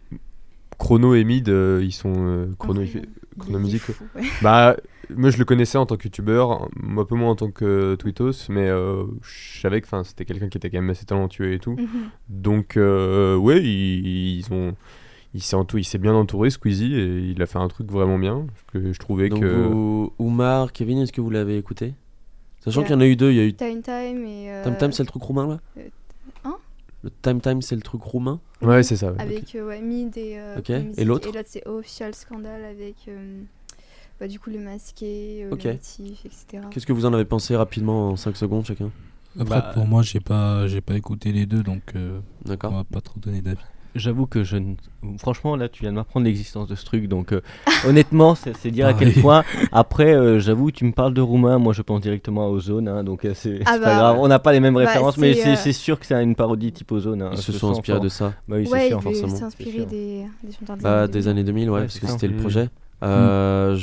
Chrono et Mid, euh, ils sont. euh, Chrono, il fait. Chrono il est Musique. fou, ouais. Bah, moi je le connaissais en tant que youtubeur, un peu moins en tant que tweetos, mais euh, je savais que 'fin, c'était quelqu'un qui était quand même assez talentueux et tout. Mhm. Donc, euh, ouais, ils, ils ont. Il s'est, entou- il s'est bien entouré, Squeezie, et il a fait un truc vraiment bien. Que je trouvais Donc que. vous, Oumar, Kevin, est-ce que vous l'avez écouté? Sachant Il y a qu'il y en a eu deux, il y a eu Time Time et. euh, Time Time, c'est le truc roumain là? euh, Hein? Le Time Time, c'est le truc roumain? Ouais, c'est ça. ouais. Avec euh, ouais, Mid et. euh, Ok. Chrono Et Music. l'autre Et l'autre, c'est Official Scandal avec. euh, bah, du coup, le masqué, euh, Ok. le natif, et cetera. Qu'est-ce que vous en avez pensé rapidement en cinq secondes chacun? Après, Bah, pour moi, j'ai pas, j'ai pas écouté les deux, donc euh, D'accord. on va pas trop donner d'avis. J'avoue que je ne... Franchement, là, tu viens de m'apprendre l'existence de ce truc, donc euh, honnêtement, c'est c'est dire à quel Pareil. point. Après, euh, j'avoue, tu me parles de roumain, moi je pense directement à Ozone, hein, donc euh, c'est Ah c'est bah, pas grave. On n'a pas les mêmes bah, références, mais c'est, c'est euh, c'est sûr que c'est une parodie type Ozone. Hein, Ils se je sont sens inspirés fort. de ça. Bah oui, c'est Ouais, sûr, il veut forcément. s'inspirer sûr. des, des chanteurs des Bah, années des années deux mille, ouais, Ouais, parce c'est que ça. c'était le Mm. projet. Euh,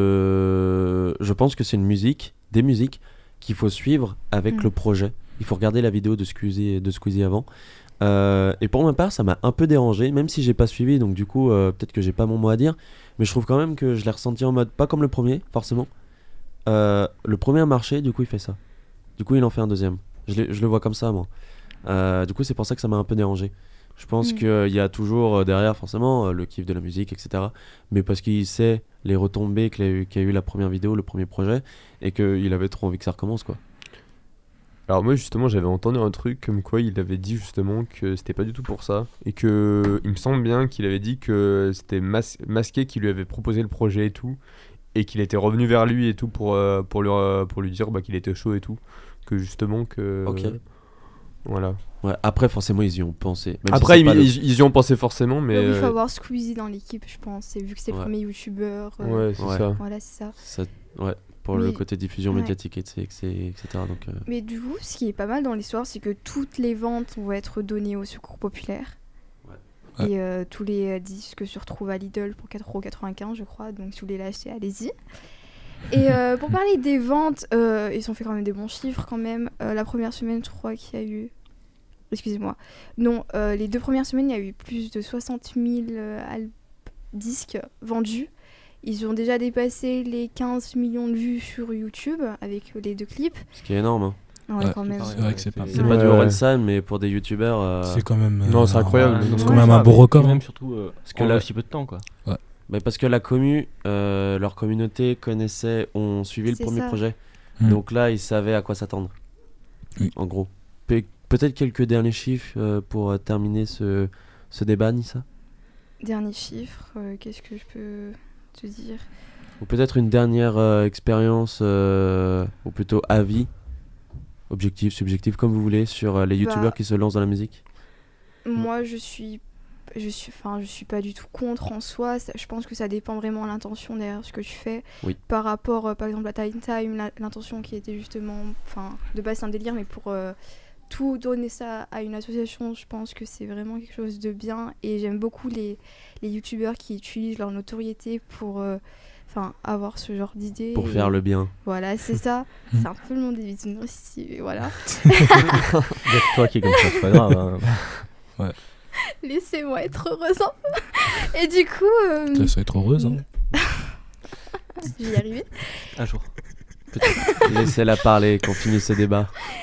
je... je pense que c'est une musique, des musiques qu'il faut suivre avec Mm. le projet. Il faut regarder la vidéo de Squeezie, de Squeezie avant. Euh, et pour ma part, ça m'a un peu dérangé, même si j'ai pas suivi, donc du coup, euh, peut-être que j'ai pas mon mot à dire. Mais je trouve quand même que je l'ai ressenti en mode, pas comme le premier, forcément. Euh, le premier a marché, du coup, il fait ça. Du coup, il en fait un deuxième. Je, l'ai- je le vois comme ça, moi. Euh, du coup, c'est pour ça que ça m'a un peu dérangé. Je pense Mm. qu'il y a toujours euh, derrière, forcément, euh, le kiff de la musique, et cetera. Mais parce qu'il sait les retombées qu'il a eu, qu'a eu la première vidéo, le premier projet, et qu'il avait trop envie que ça recommence, quoi. Alors moi justement j'avais entendu un truc comme quoi il avait dit justement que c'était pas du tout pour ça et que il me semble bien qu'il avait dit que c'était Mas- Masqué qui lui avait proposé le projet et tout et qu'il était revenu vers lui et tout pour, euh, pour, lui, euh, pour lui dire bah, qu'il était chaud et tout, que justement que Ok. voilà. Ouais, après, forcément, ils y ont pensé. Même si Après c'est ils, pas le- ils- ils y ont pensé forcément mais Ouais, oui, il euh, faut avoir Squeezie dans l'équipe, je pense. Et vu que c'est Ouais. le premier youtubeur. euh, ouais c'est Ouais. ça. Voilà, c'est ça. ça- ouais, pour le Mais- côté diffusion ouais. médiatique, et, et, et cetera. Donc, euh, Mais du coup, ce qui est pas mal dans l'histoire, c'est que toutes les ventes vont être données au secours populaire. Ouais. Et euh, tous les euh, disques se retrouvent à Lidl pour quatre euros quatre-vingt-quinze, je crois. Donc si vous voulez l'acheter, allez-y. Et euh, pour parler des ventes, euh, ils ont fait quand même des bons chiffres quand même. Euh, la première semaine, je crois qu'il y a eu... Excusez-moi. Non, euh, les deux premières semaines, il y a eu plus de soixante mille euh, al- disques vendus. Ils ont déjà dépassé les quinze millions de vues sur YouTube avec les deux clips. ce qui est énorme. Hein. Ouais, Ouais, quand même. c'est vrai que c'est pas C'est mal. pas du Ouais. Orelsan, mais pour des youtubeurs. euh, C'est quand même. Non, c'est euh, incroyable. un- Non, C'est non, quand même un Ouais, beau mais record. Même hein. surtout euh, Parce parce que que là- aussi peu de temps, quoi. mais parce que la commu, euh, leur communauté connaissait, ont suivi le C'est premier ça. projet. Mm. Donc là, ils savaient à quoi s'attendre. Oui. En gros. Pe- Peut-être quelques derniers chiffres euh, pour euh, terminer ce, ce débat, Nissa. Dernier chiffre, euh, qu'est-ce que je peux te dire? Ou peut-être une dernière euh, expérience, euh, ou plutôt avis objectif, subjectif, comme vous voulez, sur euh, les Bah, youtubeurs qui se lancent dans la musique? Moi, je suis, je suis, enfin, je suis pas du tout contre en soi. Ça- je pense que ça dépend vraiment de l'intention derrière ce que tu fais. Oui. Par rapport, euh, par exemple, à Time Time, la- l'intention qui était justement, enfin, de base c'est un délire, mais pour euh, tout donner ça à une association, je pense que c'est vraiment quelque chose de bien. Et j'aime beaucoup les, les youtubeurs qui utilisent leur notoriété pour, euh, enfin, avoir ce genre d'idées. Pour et- faire le bien. Voilà, c'est ça. C'est un peu le monde des bisounours ici, mais voilà. Il y a que toi qui est comme ça, c'est pas grave. hein. Ouais. Laissez-moi être heureuse un peu. Et du coup. euh, Tu laisses être heureuse, hein. Je vais y arriver. Un jour. Laissez-la parler, qu'on finisse ce débat.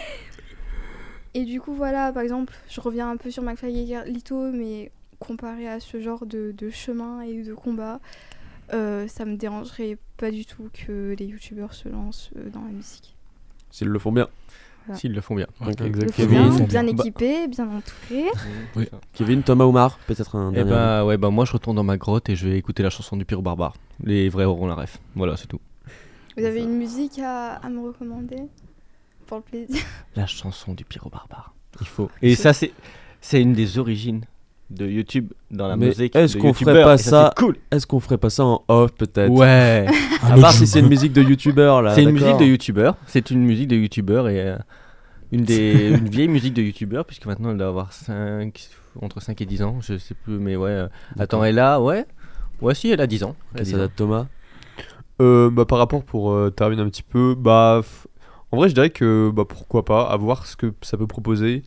Et du coup, voilà, par exemple, je reviens un peu sur McFly et Carlito, mais comparé à ce genre de, de chemin et de combat, euh, ça me dérangerait pas du tout que les youtubeurs se lancent euh, dans la musique. S'ils le font bien. Voilà. S'ils le font bien. Ok, Le exact. font Kevin, bien, bien Bah, équipé, bien entouré. oui. Kevin, Thomas Oumar, peut-être un Eh dernier. bah ouais, bah moi je retourne dans ma grotte et je vais écouter la chanson du Pyro Barbare. Les vrais auront la ref. Voilà, c'est tout. Vous avez une musique à, à me recommander pour le plaisir? La chanson du Pyro Barbare. Il faut. Et ça, c'est c'est une des origines de YouTube dans la Mais musique. est-ce de qu'on youtubeurs, ferait pas et ça, c'est cool. Est-ce qu'on ferait pas ça en off peut-être? Ouais. À part si c'est une musique de youtubeur là. C'est une d'accord. musique de youtubeur. C'est une musique de youtubeur et euh, une des une vieille musique de youtubeur puisque maintenant elle doit avoir cinq entre cinq et dix ans, je sais plus, mais ouais. euh, Attends, elle a ouais, ouais si, elle a dix ans. Elle a Ok, dix ça ans. date Thomas. Euh, bah, par rapport pour euh, terminer un petit peu, bah, f- en vrai, je dirais que bah, pourquoi pas, à voir ce que ça peut proposer.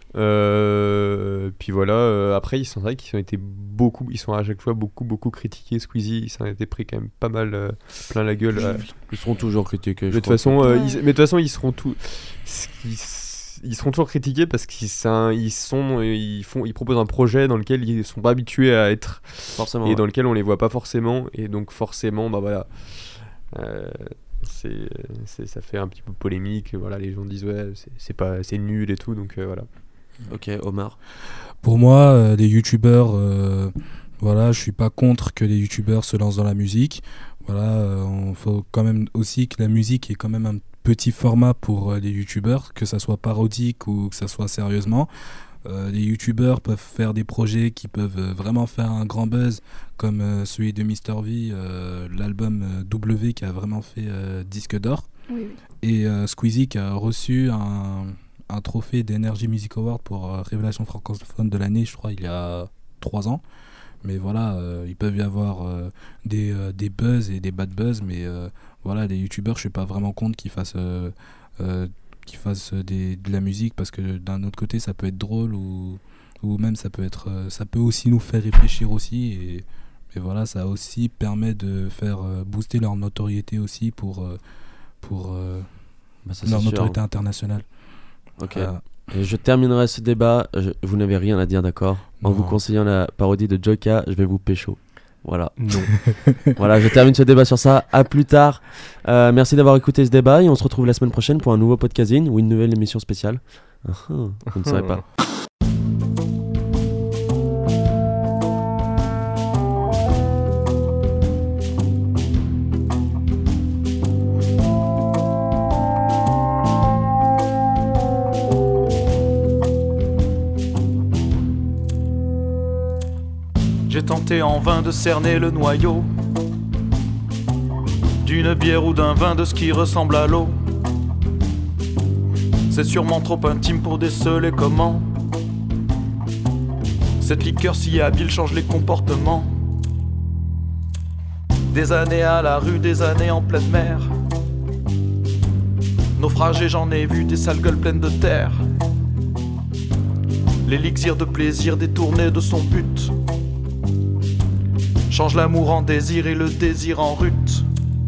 Euh, puis voilà, euh, après, ils sont vrai qu'ils ont été beaucoup, ils sont à chaque fois beaucoup, beaucoup critiqués. Squeezie, ils s'en étaient pris quand même pas mal euh, plein la gueule. euh. Ils seront toujours critiqués. Mais je de toute crois. façon, euh, Ouais. ils, mais de toute façon, ils seront tous, ils, ils seront toujours critiqués parce qu'ils sont, ils sont, ils font, ils proposent un projet dans lequel ils sont pas habitués à être, Forcément. et ouais. dans lequel on les voit pas forcément, et donc forcément, bah voilà, euh, c'est, c'est, ça fait un petit peu polémique. Voilà, les gens disent ouais, c'est, c'est pas, c'est nul et tout, donc euh, voilà. Ok, Omar. Pour moi, euh, les youtubeurs, euh, voilà, je suis pas contre que les youtubeurs se lancent dans la musique. Voilà, il faut quand même aussi que la musique est quand même un petit format pour euh, les youtubeurs, que ça soit parodique ou que ça soit sérieusement. Euh, les youtubeurs peuvent faire des projets qui peuvent euh, vraiment faire un grand buzz, comme euh, celui de mister V, euh, l'album euh, W qui a vraiment fait euh, disque d'or. Oui, oui. Et euh, Squeezie qui a reçu un, un trophée d'Energy Music Award pour euh, Révélation francophone de l'année, je crois, il y a trois ans. Mais voilà, euh, il peut y avoir euh, des, euh, des buzz et des bad buzz, mais euh, voilà, les youtubeurs, je suis pas vraiment contre qu'ils fassent, euh, euh, qu'ils fassent des, de la musique, parce que d'un autre côté, ça peut être drôle, ou, ou même ça peut, être, euh, ça peut aussi nous faire réfléchir aussi. Et, et voilà, ça aussi permet de faire euh, booster leur notoriété aussi pour, euh, pour euh, Bah, ça, leur c'est sûr, notoriété hein. internationale. Ok. Voilà. Et je terminerai ce débat. je- vous n'avez rien à dire, d'accord? En Non. vous conseillant la parodie de Joka, je vais vous pécho. Voilà. Non. Voilà, je termine ce débat sur ça. À plus tard. Euh, merci d'avoir écouté ce débat et on se retrouve la semaine prochaine pour un nouveau podcasting ou une nouvelle émission spéciale. Ah, ah, vous ne saurez pas. J'ai tenté en vain de cerner le noyau d'une bière ou d'un vin de ce qui ressemble à l'eau. C'est sûrement trop intime pour déceler comment cette liqueur si habile change les comportements. Des années à la rue, des années en pleine mer. Naufragé, j'en ai vu des sales gueules pleines de terre. L'élixir de plaisir détourné de son but change l'amour en désir et le désir en rut.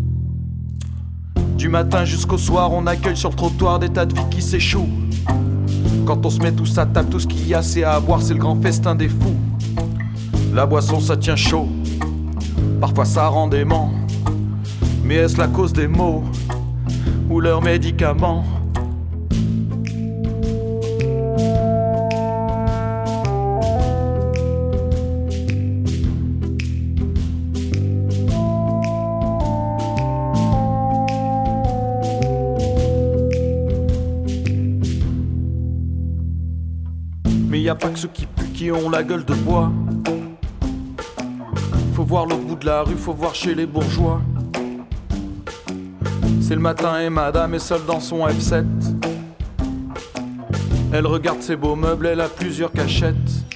Du matin jusqu'au soir, on accueille sur le trottoir des tas de vies qui s'échouent. Quand on se met tous à table, tout ce qu'il y a c'est à boire, c'est le grand festin des fous. La boisson ça tient chaud, parfois ça rend dément. Mais est-ce la cause des maux ou leurs médicaments? a pas que ceux qui puent qui ont la gueule de bois. Faut voir l'autre bout de la rue, faut voir chez les bourgeois. C'est le matin et madame est seule dans son F sept. Elle regarde ses beaux meubles, elle a plusieurs cachettes.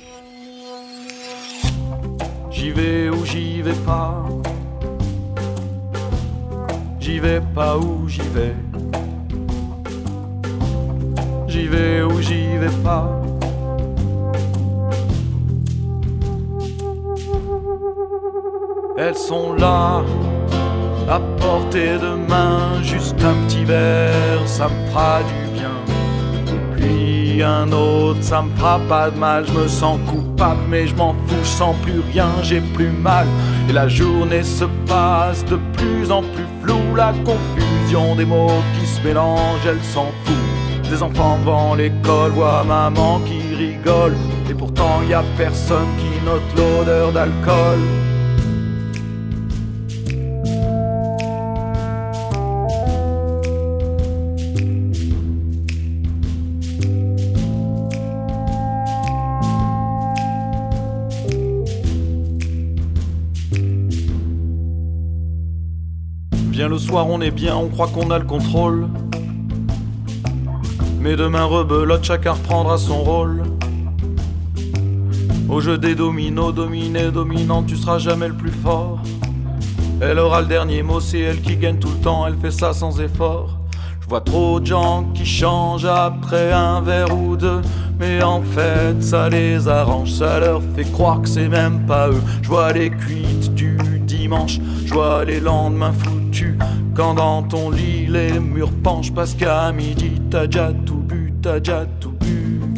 J'y vais ou j'y vais pas. J'y vais pas ou j'y vais. J'y vais ou j'y vais pas. Elles sont là, à portée de main. Juste un petit verre, ça me fera du bien. Et puis un autre, ça me fera pas de mal. Je me sens coupable mais je m'en fous, je sens plus rien, j'ai plus mal. Et la journée se passe de plus en plus floue. La confusion des mots qui se mélangent, elle s'en fout. Des enfants devant l'école, voient maman qui rigole. Et pourtant y a personne qui note l'odeur d'alcool. Vient le soir, on est bien, on croit qu'on a le contrôle. Mais demain rebelote, chacun reprendra son rôle. Au jeu des dominos, dominé, dominant, tu seras jamais le plus fort. Elle aura le dernier mot, c'est elle qui gagne tout le temps, elle fait ça sans effort. Je vois trop de gens qui changent après un verre ou deux. Mais en fait, ça les arrange, ça leur fait croire que c'est même pas eux. Je vois les cuites du dimanche, je vois les lendemains foutus. Quand dans ton lit les murs penchent, parce qu'à midi t'as déjà tout bu, t'as déjà tout bu.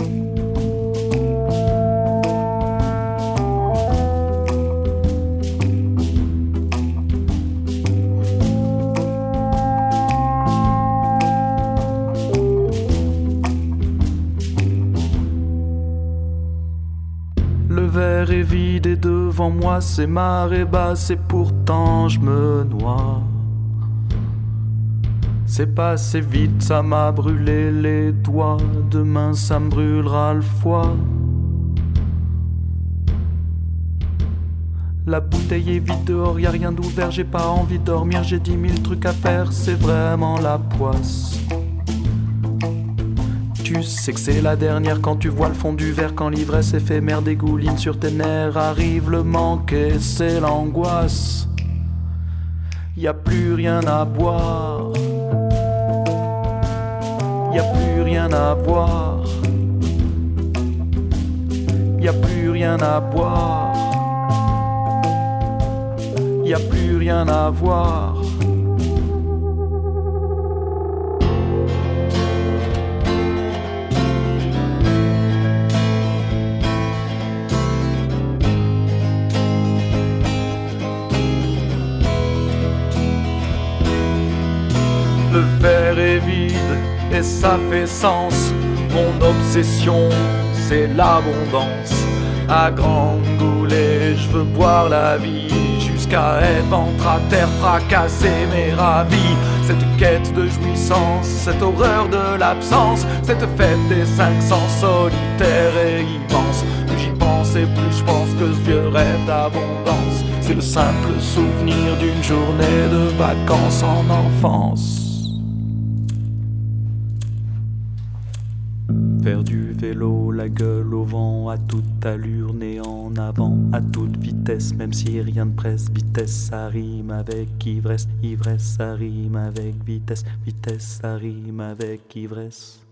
Le verre est vide et devant moi c'est marée basse et pourtant je me noie. C'est passé vite, ça m'a brûlé les doigts. Demain ça me brûlera le foie. La bouteille est vide, dehors y'a rien d'ouvert. J'ai pas envie de dormir, j'ai dix mille trucs à faire. C'est vraiment la poisse. Tu sais que c'est la dernière quand tu vois le fond du verre. Quand l'ivresse éphémère dégouline sur tes nerfs. Arrive le manque et c'est l'angoisse. Y a plus rien à boire. Y a plus rien à boire. Y a plus rien à boire. Y a plus rien à voir. Le verre est vide et ça fait sens. Mon obsession, c'est l'abondance. À grande goulée, je veux boire la vie jusqu'à être ventre à terre, fracassé mais ravi. Cette quête de jouissance, cette horreur de l'absence, cette fête des cinq cents solitaire et immense. Plus j'y pense et plus je pense que ce vieux rêve d'abondance, c'est le simple souvenir d'une journée de vacances en enfance. Faire du vélo, la gueule au vent, à toute allure, né en avant, à toute vitesse, même si rien ne presse. Vitesse, ça rime avec ivresse, ivresse, ça rime avec vitesse, vitesse, ça rime avec ivresse.